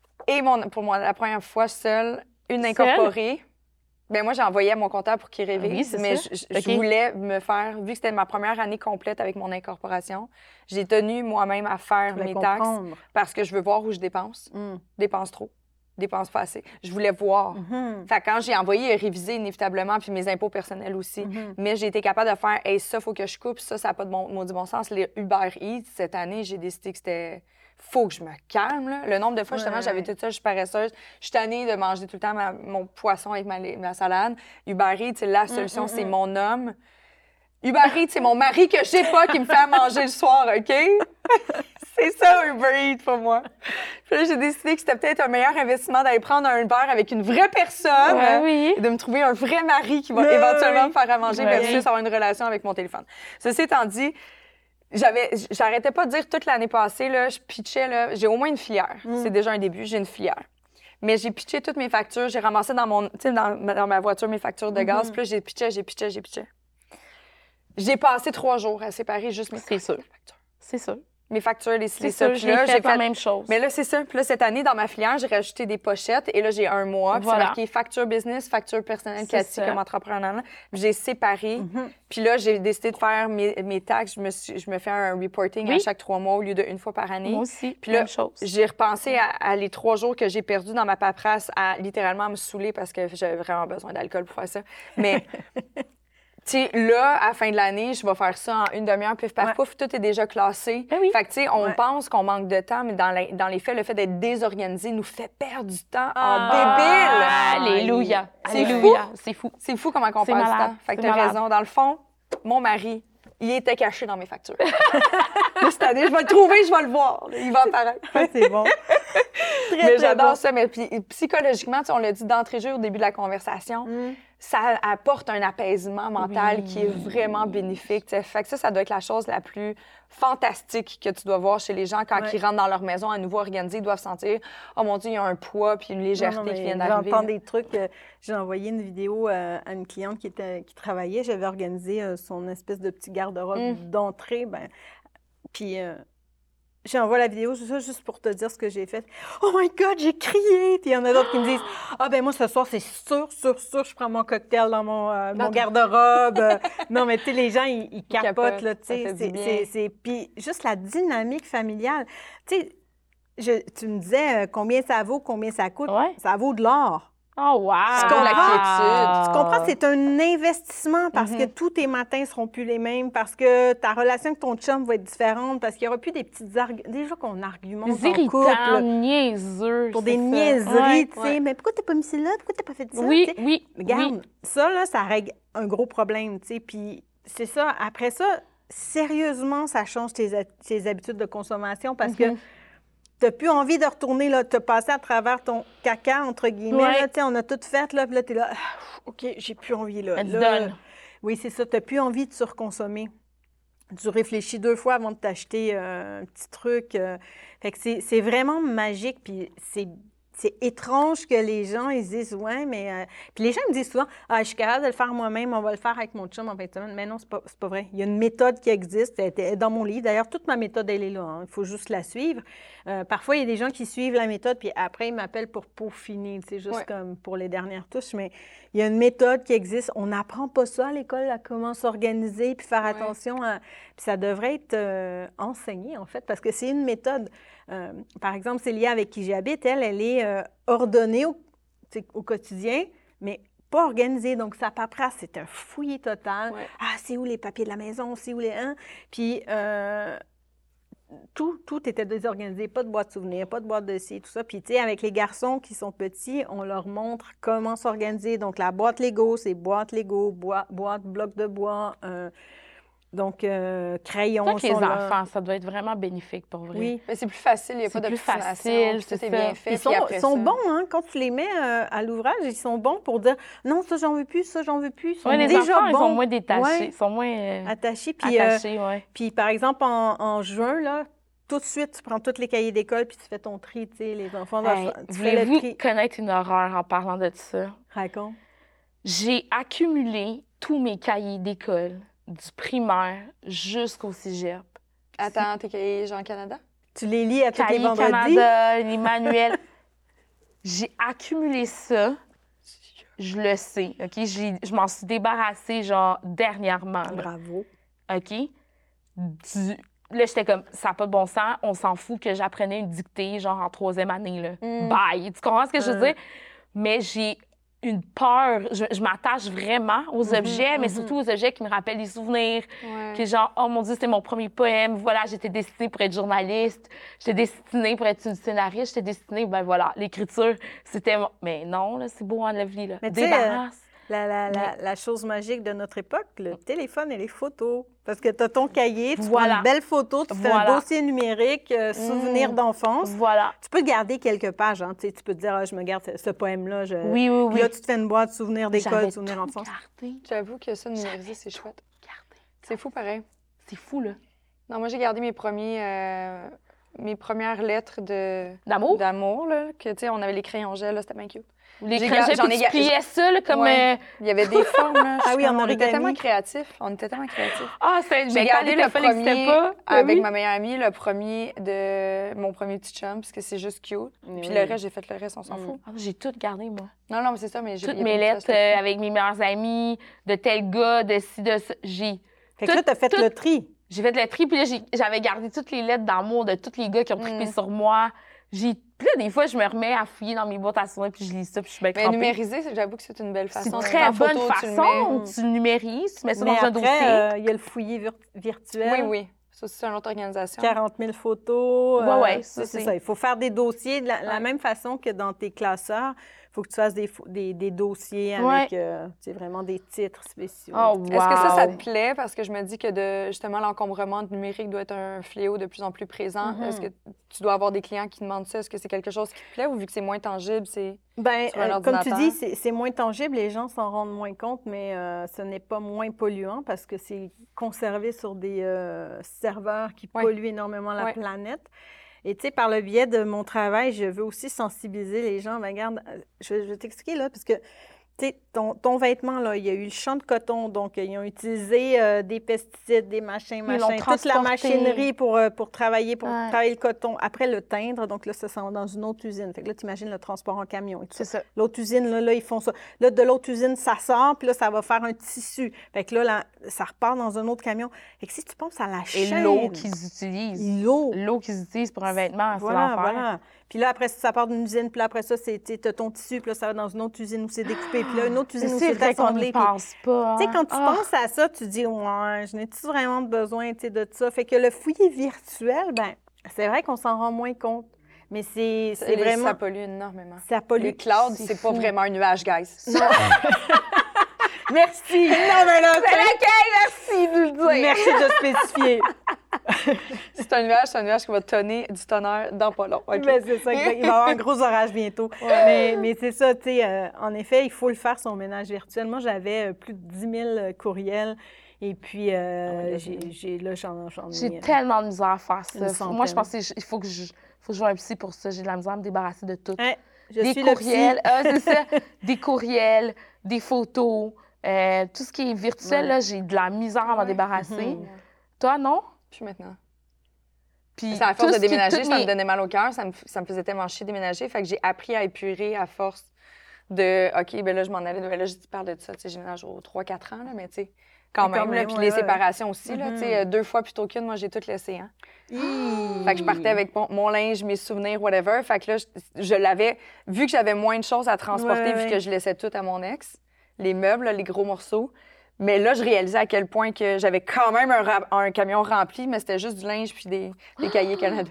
la première fois seule, une Seule? incorporée. Ben moi, j'ai envoyé à mon comptable pour qu'il révise, Oui, c'est mais ça. je OK. voulais me faire, vu que c'était ma première année complète avec mon incorporation, j'ai tenu moi-même à faire Je voulais mes taxes comprendre. parce que je veux voir où je dépense. Mm. Dépense trop, dépense pas assez. Je voulais voir. Mhm. Fait que quand j'ai envoyé réviser inévitablement, puis mes impôts personnels aussi, mais j'ai été capable de faire, hey, ça, faut que je coupe, ça n'a pas de maudit bon sens. Les Uber Eats, cette année, j'ai décidé que c'était. Faut que je me calme, là. Le nombre de fois, justement, Ouais. j'avais tout ça, je suis paresseuse. Je suis tannée de manger tout le temps mon poisson avec ma salade. Uber Eats, la solution, c'est mon homme. Uber Eats, c'est mon mari que je sais pas qui me fait à manger le soir, OK? C'est ça, Uber Eats, pour moi. Puis là, j'ai décidé que c'était peut-être un meilleur investissement d'aller prendre un Uber avec une vraie personne Ouais, oui. et de me trouver un vrai mari qui va Ouais, éventuellement ouais. me faire à manger Ouais. versus avoir une relation avec mon téléphone. Ceci étant dit, j'arrêtais pas de dire toute l'année passée, là, je pitchais, là, j'ai au moins une filière. C'est déjà un début, j'ai une filière. Mais j'ai pitché toutes mes factures, j'ai ramassé dans ma voiture mes factures de gaz, puis là, j'ai pitché. J'ai passé 3 jours à séparer juste mes C'est sûr. factures. C'est sûr. Mes factures, les C'est ça. sûr, Puis je l'ai là, fait la même chose. Mais là, c'est ça. Puis là, cette année, dans ma filière, j'ai rajouté des pochettes. Et là, j'ai un mois. Puis Voilà. c'est marqué facture business, facture personnelle, C'est Cathy, ça. comme entrepreneur. J'ai séparé. Puis là, j'ai décidé de faire mes taxes. Je me fais un reporting Oui. à chaque 3 mois au lieu d'une fois par année. Moi aussi, Puis là, même chose. j'ai repensé à les 3 jours que j'ai perdus dans ma paperasse à littéralement me saouler parce que j'avais vraiment besoin d'alcool pour faire ça. Mais... Tu sais, là, à la fin de l'année, je vais faire ça en une demi-heure, pif, paf, Ouais. pouf, tout est déjà classé. Ben oui. Fait que, tu sais, on Ouais. pense qu'on manque de temps, mais dans les faits, le fait d'être désorganisé nous fait perdre du temps Ah. en débile. Alléluia. C'est Alléluia. C'est fou. C'est fou comment on C'est perd du malade. temps. Fait que C'est t'as malade. raison. Dans le fond, mon mari, il était caché dans mes factures. Là, cette année, je vais le trouver, je vais le voir. Il va apparaître. Ouais, c'est bon. Très, Mais très j'adore bon. ça. Mais puis, psychologiquement, tu sais, on l'a dit d'entrée de jeu au début de la conversation, ça apporte un apaisement mental qui est vraiment bénéfique. Tu sais. Fait que ça doit être la chose la plus fantastique que tu dois voir chez les gens quand Ouais. ils rentrent dans leur maison à nouveau organisée. Ils doivent sentir, oh mon Dieu, il y a un poids puis une légèreté Non, non, qui mais vient d'arriver. j'entends là. des trucs. J'ai envoyé une vidéo à une cliente qui travaillait. J'avais organisé son espèce de petit garde-robe d'entrée. Puis j'envoie la vidéo juste pour te dire ce que j'ai fait. Oh my God, j'ai crié! Puis il y en a d'autres qui me disent, ah ben moi ce soir, c'est sûr, je prends mon cocktail dans mon garde-robe. Non, mais tu sais, les gens, ils capotent, là, tu ça fait du bien. sais. Puis juste la dynamique familiale. Tu sais, tu me disais combien ça vaut, combien ça coûte. Ouais. Ça vaut de l'or. Oh, wow! Tu comprends? Tu comprends? C'est un investissement parce que tous tes matins seront plus les mêmes, parce que ta relation avec ton chum va être différente, parce qu'il n'y aura plus des petites déjà qu'on argumente Des en irritants, couple niaiseux. pour c'est des ça. niaiseries, Ouais, tu sais. ouais. Mais pourquoi t'as pas mis ça là? Pourquoi t'as pas fait ça? Oui, Tu sais. oui, Regarde, oui. ça, là, ça règle un gros problème, tu sais. Puis c'est ça. Après ça, sérieusement, ça change tes habitudes de consommation parce que t'as plus envie de retourner, là, te passer à travers ton caca, entre guillemets. Ouais. Là, tu sais, on a tout fait, là, puis là, t'es là, OK, j'ai plus envie, là. Elle te Là, donne. oui, c'est ça, t'as plus envie de surconsommer. Tu réfléchis 2 fois avant de t'acheter un petit truc. Fait que c'est vraiment magique, puis c'est c'est étrange que les gens, ils disent, ouais, mais... Puis les gens me disent souvent, ah, je suis capable de le faire moi-même, on va le faire avec mon chum en fin de semaine. Mais non, c'est pas vrai. Il y a une méthode qui existe, elle est dans mon livre. D'ailleurs, toute ma méthode, elle est là. Hein. Il faut juste la suivre. Parfois, il y a des gens qui suivent la méthode, puis après, ils m'appellent pour peaufiner, c'est juste comme pour les dernières touches. Mais il y a une méthode qui existe. On n'apprend pas ça à l'école, à comment s'organiser, puis faire attention à... Puis ça devrait être enseigné, en fait, parce que c'est une méthode. Par exemple, Célia, avec qui j'habite, elle est ordonnée au quotidien, mais pas organisée. Donc, sa paperasse, c'est un fouillis total. Ouais. Ah, c'est où les papiers de la maison? C'est où les... Hein? Puis, tout était désorganisé. Pas de boîte de souvenirs, pas de boîte de ci, tout ça. Puis, tu sais, avec les garçons qui sont petits, on leur montre comment s'organiser. Donc, la boîte Lego, c'est boîte Lego, boîte bloc de bois, donc crayons. C'est que les enfants, ça doit être vraiment bénéfique pour vrai. Oui. Mais c'est plus facile, il n'y a C'est pas plus d'obstination, facile, puis tout c'est est bien ça. fait. Ils sont bons, hein, quand tu les mets à l'ouvrage, ils sont bons pour dire non, ça, j'en veux plus, ça, j'en veux plus. Ils sont Ouais, les déjà enfants, bons. ils sont moins détachés, Ouais. ils sont moins Attachés. Puis, attachés, ouais. puis, par exemple, en juin, là, tout de suite, tu prends tous les cahiers d'école puis tu fais ton tri, tu sais, les enfants doivent Hey, tu fais le voulez-vous tri. connaître une horreur en parlant de ça? Raconte. J'ai accumulé tous mes cahiers d'école, du primaire jusqu'au cégep. Attends, t'es cahier Jean Canada? Tu les lis à tous les Cahiers vendredis. Canada, les manuels. J'ai accumulé ça. Je le sais, OK? Je m'en suis débarrassée, genre, dernièrement. Là. Bravo. OK? Là, j'étais comme, ça n'a pas de bon sens, on s'en fout que j'apprenais une dictée, genre, en 3e année, là. Bye! Tu comprends ce que je veux dire? Mais j'ai une peur, je m'attache vraiment aux objets, mais surtout aux objets qui me rappellent des souvenirs, qui genre, oh mon Dieu, c'était mon premier poème, voilà, j'étais destinée pour être journaliste, j'étais destinée pour être une scénariste, j'étais destinée, ben voilà, l'écriture, c'était... Mais non, là, c'est beau, Lovely, là. Mais tu sais, Débarrasse. La chose magique de notre époque, le téléphone et les photos. Parce que tu as ton cahier, tu prends Voilà. une belle photo, tu fais un Voilà. dossier numérique, souvenir d'enfance. Voilà. Tu peux garder quelques pages. Hein, tu sais, tu peux te dire, ah, je me garde ce poème-là. Oui, oui, Puis oui. là, tu te fais une boîte de souvenirs d'école, J'avais souvenirs tout d'enfance. gardé. J'avoue que ça, numériser, c'est chouette. Gardé. C'est fou, pareil. C'est fou, là. Non, moi, j'ai gardé mes premières lettres D'amour? d'amour, là, que, tu sais, on avait les crayons gel, là, c'était bien cute. Les J'ai crayons, j'en ai puis tu ga- pliais ça, là, comme... Ouais. Il y avait des formes, là. Ah oui, en on était origami. tellement créatifs. On était tellement créatifs. Ah, c'est... J'ai Mais quand gardé le le téléphone n'existait premier pas... avec oui. ma meilleure amie, le premier de mon premier petit chum, parce que c'est juste cute. Puis le reste, j'ai fait le reste, on s'en fout. Ah, j'ai tout gardé, moi. Non, mais c'est ça, mais Toutes mes lettres avec mes meilleurs amis, de tel gars, de ci, de ça. Fait que là, tu as fait tout- le tri. J'ai fait le tri, puis là, j'avais gardé toutes les lettres d'amour de tous les gars qui ont trippé sur moi. Puis là, des fois, je me remets à fouiller dans mes boîtes à souvenirs, puis je lis ça, puis je suis bien Mais crampée. numériser, j'avoue que c'est une belle C'est façon. une très En bonne photo, tu le façon. mets. Tu le numérises, tu mets ça Mais dans un dossier. après, il y a le fouillis virtuel. Oui, oui. Ça aussi, c'est une autre organisation. 40 000 photos. Ouais, c'est c'est- ça. Il faut faire des dossiers de la même façon que dans tes classeurs. Il faut que tu fasses des dossiers avec tu sais, vraiment des titres spéciaux. Oh, wow. Est-ce que ça te plaît? Parce que je me dis que justement, l'encombrement numérique doit être un fléau de plus en plus présent. Est-ce que tu dois avoir des clients qui demandent ça? Est-ce que c'est quelque chose qui te plaît ou vu que c'est moins tangible, c'est... Bien, sur un comme tu ordinateur? dis, c'est moins tangible, les gens s'en rendent moins compte, mais ce n'est pas moins polluant parce que c'est conservé sur des serveurs qui polluent énormément la planète. Et tu sais, par le biais de mon travail, je veux aussi sensibiliser les gens. Ben, regarde, je vais t'expliquer là, parce que tu sais, ton vêtement, là, il y a eu le champ de coton, donc ils ont utilisé des pesticides, des machins, Ils l'ont toute la transporté. machinerie pour travailler le coton. Après, le teindre, donc là, ça s'en va dans une autre usine. Fait que là, tu imagines le transport en camion et tout C'est ça. ça. L'autre usine, là, ils font ça. Là, de l'autre usine, ça sort, puis là, ça va faire un tissu. Fait que là, ça repart dans un autre camion. Fait que si tu penses à la Et chaîne... l'eau qu'ils utilisent. L'eau qu'ils utilisent pour un vêtement, c'est l'enfer. Voilà. Puis là, après ça part d'une usine, puis là, après ça, tu as ton tissu, puis là, ça va dans une autre usine où c'est découpé, puis là, une autre usine où C'est c'est vrai qu'on assemblé. n'y puis- pense pas. Tu sais, quand tu Ah. penses à ça, tu dis, ouais, je n'ai-tu vraiment besoin, tu sais, de ça? Fait que le fouillis virtuel, ben c'est vrai qu'on s'en rend moins compte, mais c'est vraiment... Ça pollue énormément. Ça pollue. Le cloud, c'est c'est pas fou. vraiment un nuage, guys. Merci! Non, mais là, Merci de le dire. merci de spécifier. C'est un nuage qui va tonner du tonnerre dans pas long. OK. Ben, c'est ça, il va y avoir un gros orage bientôt. Mais c'est ça, tu sais, en effet, il faut le faire, son ménage virtuel. Moi, j'avais plus de 10 000 courriels. Et puis, j'en J'ai ai... tellement de misère à faire Une ça. centaine. Moi, je pense qu'il faut que je joue un psy pour ça. J'ai de la misère à me débarrasser de tout. Hein? Je des suis le psy. courriels. C'est ça. Des courriels, des photos, tout ce qui est virtuel, là, j'ai de la misère à m'en débarrasser. Toi, non? Plus maintenant. Puis À force tout de ce qui- déménager, toutes ça me mes- donnait mal au cœur. Ça me faisait tellement chier de déménager. Fait que j'ai appris à épurer à force de OK, ben là, je m'en allais. Ben là, je parle de ça. Tu sais, je déménage aux 3-4 ans, là, mais tu sais, quand Mais quand même. Là, même, puis ouais, les ouais. séparations aussi, là, tu sais, 2 fois plutôt qu'une, moi, j'ai tout laissé. Hein. Fait que je partais avec mon linge, mes souvenirs, whatever. Fait que là, je l'avais, vu que j'avais moins de choses à transporter, Ouais, vu ouais. que je laissais tout à mon ex, les meubles, là, les gros morceaux. Mais là, je réalisais à quel point que j'avais quand même un camion rempli, mais c'était juste du linge puis des cahiers Canada.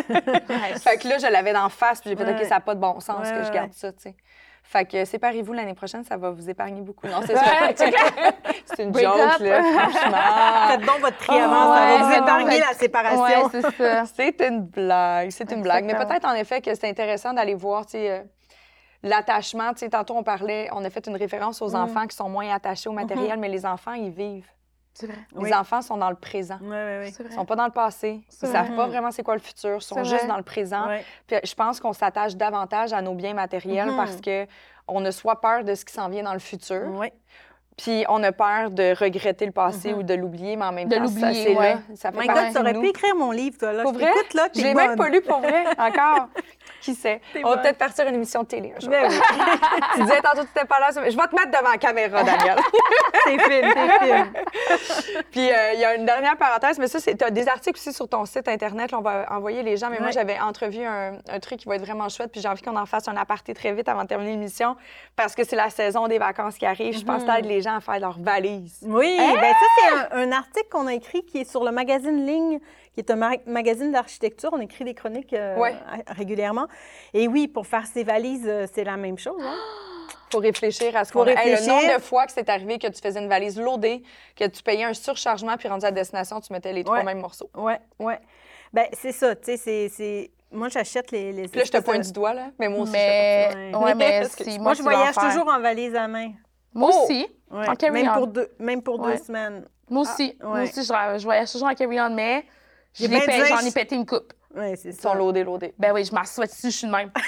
Fait que là, je l'avais d'en face, puis j'ai fait Ouais. OK, ça n'a pas de bon sens Ouais, que je ouais. garde ça, tu sais. Fait que séparez-vous l'année prochaine, ça va vous épargner beaucoup. Non, c'est Ouais, ça. c'est clair. C'est une Break joke, up. là, franchement. Faites donc votre tri Oh, avant, ça va vous ouais, épargner non, la séparation. Ouais, c'est ça. C'est une blague, c'est une blague. Mais Exactement. peut-être, en effet, que c'est intéressant d'aller voir, tu sais, l'attachement. Tu sais, tantôt, on a fait une référence aux enfants qui sont moins attachés au matériel, mais les enfants, ils vivent. C'est vrai. Oui. Les enfants sont dans le présent. Oui, oui, oui. C'est Ils vrai. sont pas dans le passé. C'est Ils vrai. savent pas vraiment c'est quoi le futur. Ils sont C'est juste vrai. dans le présent. Ouais. Puis je pense qu'on s'attache davantage à nos biens matériels parce que on a soit peur de ce qui s'en vient dans le futur, Oui. puis on a peur de regretter le passé ou de l'oublier, mais en même De temps, ça, l'oublier, c'est ouais. là. Ça fait My partie God, de tu aurais nous. pu écrire mon livre, toi, là. Pour Je vrai? t'écoute, là, Je t'es l'ai même bonne. pas lu pour vrai, encore. Qui sait? T'es On va bonne. peut-être partir une émission de télé un jour. Ben oui, Tu disais tantôt que tu n'étais pas là. Je vais te mettre devant la caméra, Daniel. t'es fine, t'es fine. Puis il y a une dernière parenthèse, mais ça, tu as des articles aussi sur ton site Internet. Là, on va envoyer les gens. Mais moi, Ouais. j'avais entrevu un truc qui va être vraiment chouette. Puis j'ai envie qu'on en fasse un aparté très vite avant de terminer l'émission parce que c'est la saison des vacances qui arrive. Je pense que ça aide les gens à faire leur valise. Oui, ben ça, c'est un article qu'on a écrit qui est sur le magazine Ligne, qui est un magazine d'architecture. On écrit des chroniques Ouais. régulièrement. Et oui, pour faire ses valises, c'est la même chose. Hein? Faut réfléchir à ce Faut qu'on a. Hey, le réfléchir. nombre de fois que c'est arrivé que tu faisais une valise loadée, que tu payais un surchargement, puis rendu à destination, tu mettais les 3 Ouais. mêmes morceaux. Oui, oui. Ben c'est ça, tu sais, c'est... Moi, j'achète les Puis là, je te espèces pointe de- du doigt, là. Mais moi aussi, Mais, je fais ouais, mais Parce que si, Moi, je c'est voyage l'enfer. toujours en valise à main. Moi Oh! aussi. Ouais. En carry-on. Même pour Ouais. 2 semaines. Moi aussi. Moi ouais. aussi, je voyage toujours en carry-on, mais J'ai bien dit, j'en ai pété une coupe. Oui, c'est Ils ça. sont loadés. Ben oui, je m'assois dessus, je suis de même.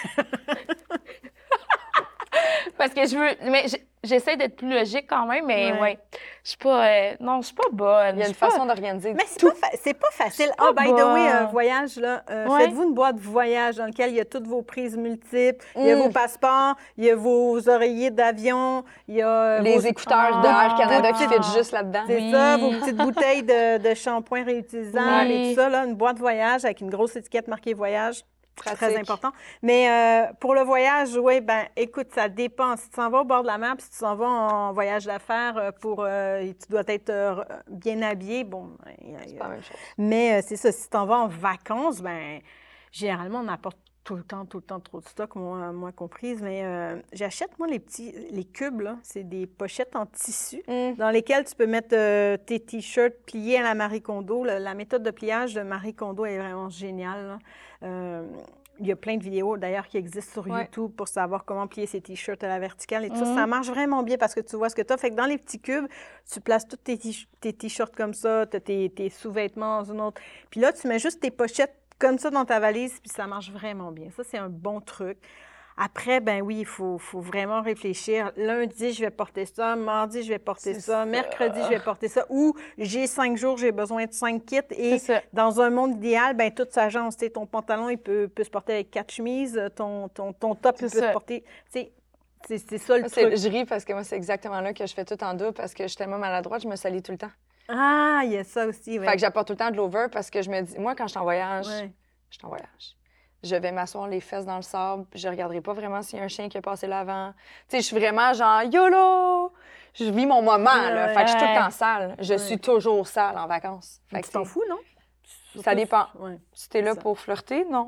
Parce que je veux... Mais j'essaie d'être plus logique quand même, mais Ouais. ouais. Je suis pas... non, je suis pas bonne. Il y a Je une suis pas- façon d'organiser. Mais c'est pas facile. pas Ah, by the way, un bonne. voyage, là, Ouais. faites-vous une boîte voyage dans laquelle il y a toutes vos prises multiples, il y a vos passeports, il y a vos oreillers d'avion, il y a Les vos... écouteurs Ah. d'Air Canada qui Ah. fit juste là-dedans. C'est Oui. ça, vos petites bouteilles de shampoing réutilisables Oui. et tout ça, là, une boîte voyage avec une grosse étiquette marquée voyage. Très Pratique. important. Mais pour le voyage, oui, ben écoute, ça dépend. Si tu s'en vas au bord de la mer, puis si tu s'en vas en voyage d'affaires tu dois être bien habillé, bon, C'est pas la même chose. mais c'est ça, si tu en vas en vacances, ben généralement, on apporte tout le temps trop de stock, moi comprise. Mais j'achète, moi, les cubes, là. C'est des pochettes en tissu dans lesquelles tu peux mettre tes T-shirts pliés à la Marie Kondo. La méthode de pliage de Marie Kondo est vraiment géniale, là. Il y a plein de vidéos, d'ailleurs, qui existent sur Ouais. YouTube pour savoir comment plier ses T-shirts à la verticale et tout ça. Ça marche vraiment bien parce que tu vois ce que tu as. Fait que dans les petits cubes, tu places tous tes T-shirts comme ça, tu as tes sous-vêtements dans une autre. Puis là, tu mets juste tes pochettes comme ça dans ta valise, puis ça marche vraiment bien. Ça, c'est un bon truc. Après, ben oui, il faut vraiment réfléchir. Lundi, je vais porter ça. Mardi, je vais porter ça. Mercredi, je vais porter ça. Ou j'ai 5 jours, j'ai besoin de 5 kits. Et C'est ça. dans un monde idéal, ben tout s'agence. Tu sais, ton pantalon, il peut se porter avec 4 chemises. Ton top, il peut C'est se ça. porter... Tu sais, c'est ça le Moi, truc. je ris parce que moi, c'est exactement là que je fais tout en double parce que je suis tellement maladroite, je me salis tout le temps. Ah, il y a ça aussi, oui. Fait que j'apporte tout le temps de l'over parce que je me dis, moi, quand je suis en voyage, Ouais. je suis en voyage. Je vais m'asseoir les fesses dans le sable, puis je regarderai pas vraiment s'il y a un chien qui est passé là avant. Tu sais, je suis vraiment genre YOLO! Je vis mon moment, là. Ouais. Fait que je suis tout Ouais. le temps sale. Je suis toujours sale en vacances. Fait que Tu t'en c'est- fous, non? Ça dépend. Ouais. Si t'es là Ça. pour flirter, non.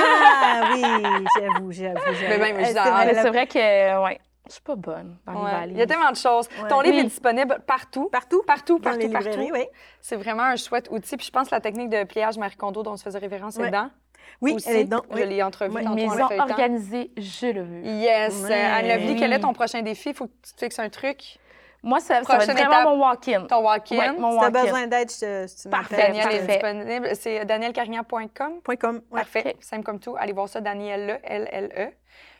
Ah oui, j'avoue. Mais même, je dis, C'est ah, vrai, Mais la- c'est vrai que, ouais, je suis pas bonne dans les Ouais. valises. Il y a tellement de choses. Ouais. Ton livre Oui. est disponible partout. Partout? Partout, Dans les partout, librairies, partout. oui. C'est vraiment un chouette outil. Puis je pense que la technique de pliage Marie Kondo dont tu faisais référence est Ouais. dedans. Oui, aussi. elle est dedans. Je l'ai entrevue Ouais. tantôt en Maison le feuilletant. organisée, je le veux. Yes. Ouais. Anne-Lovely, quel est Oui. ton prochain défi? Il faut que tu te fixes un truc. Moi, ça va être Prochaine vraiment étape. mon walk-in. Ton walk-in. Ouais, mon Si tu as walk-in. besoin d'aide, tu Parfait. m'appelles. Daniel est Parfait. disponible. C'est danielcarignan.com. .com. Ouais. Parfait. Ok. Simple comme tout. Allez voir ça, Danielle, L-L-E.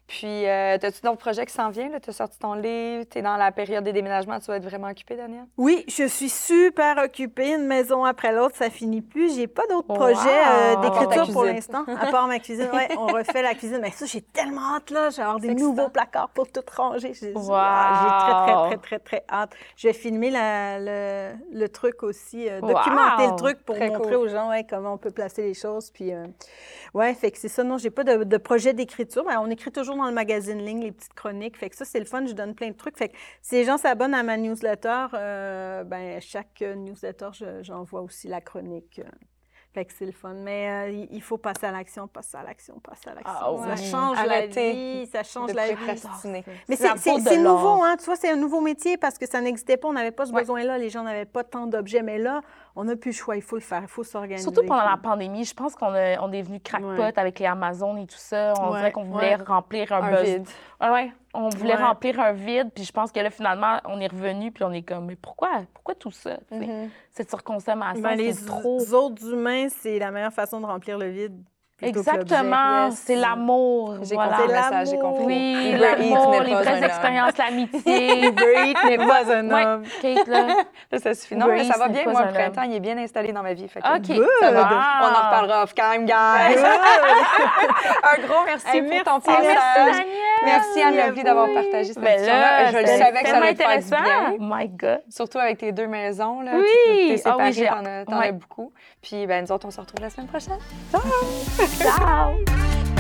Puis, as-tu d'autres projets qui s'en viennent? Tu as sorti ton livre, tu es dans la période des déménagements, tu vas être vraiment occupée, Danielle? Oui, je suis super occupée. Une maison après l'autre, ça finit plus. J'ai pas d'autres projets À part ta d'écriture pour cuisine. l'instant. À part ma cuisine, oui, on refait la cuisine. Mais ça, j'ai tellement hâte, là. J'ai avoir des C'est nouveaux excitant. placards pour tout ranger. J'ai Wow. très hâte. Je vais filmer le truc aussi, documenter Wow. le truc pour Très montrer cool. aux gens comment on peut placer les choses. Puis, ouais, fait que c'est ça. Non, j'ai pas de projet d'écriture. Mais on écrit toujours dans le magazine Ligne les petites chroniques. Fait que ça, c'est le fun. Je donne plein de trucs. Fait que si les gens s'abonnent à ma newsletter, ben chaque newsletter, j'envoie aussi la chronique. Fait que c'est le fun. Mais il faut passer à l'action, passer à l'action, passer à l'action. Ah oui. Ça change Arrêtez la vie, ça change de la vie. procrastiner. Mais C'est la faute de c'est l'or. nouveau, hein? Tu vois, c'est un nouveau métier parce que ça n'existait pas. On n'avait pas ce Ouais. besoin-là. Les gens n'avaient pas tant d'objets. Mais là, on n'a plus le choix. Il faut le faire. Il faut s'organiser. Surtout pendant la Puis- pandémie, je pense qu'on on est venu crackpot Ouais. avec les Amazon et tout ça. On Ouais, dirait qu'on voulait ouais. remplir un Un besoin. vide. Ouais, on voulait Ouais. remplir un vide, puis je pense que là, finalement, on est revenu, puis on est comme, mais pourquoi tout ça? tu sais? Cette surconsommation, Ben, les c'est trop. autres humains, c'est la meilleure façon de remplir le vide. plutôt que l'objet. Exactement, Yes. c'est l'amour. J'ai voilà. compris le C'est message, j'ai l'amour. compris. Oui, Uber Eats l'amour, n'est les pas un vraies homme. expériences, l'amitié. Uber Eats n'est pas un Ouais, homme. Kate, là. Là, ça suffit. Non, Uber mais ça Eats va n'est bien. pas Moi, un le printemps, homme. il est bien installé dans ma vie. Fait que OK, Good. ça va. on en reparlera off-cam, guys. Un gros merci Hey, pour merci. ton Merci, passage. Daniel. Merci, Anne-Lovely, d'avoir partagé cette Ben histoire-là. là, Je le c'était savais que ça tellement allait te faire du intéressant. bien. My God. Surtout avec tes 2 maisons. Là. Oui. Tu t'es Ah oui, séparée, t'en as ouais. beaucoup. Puis, ben, nous autres, on se retrouve la semaine prochaine. Ciao.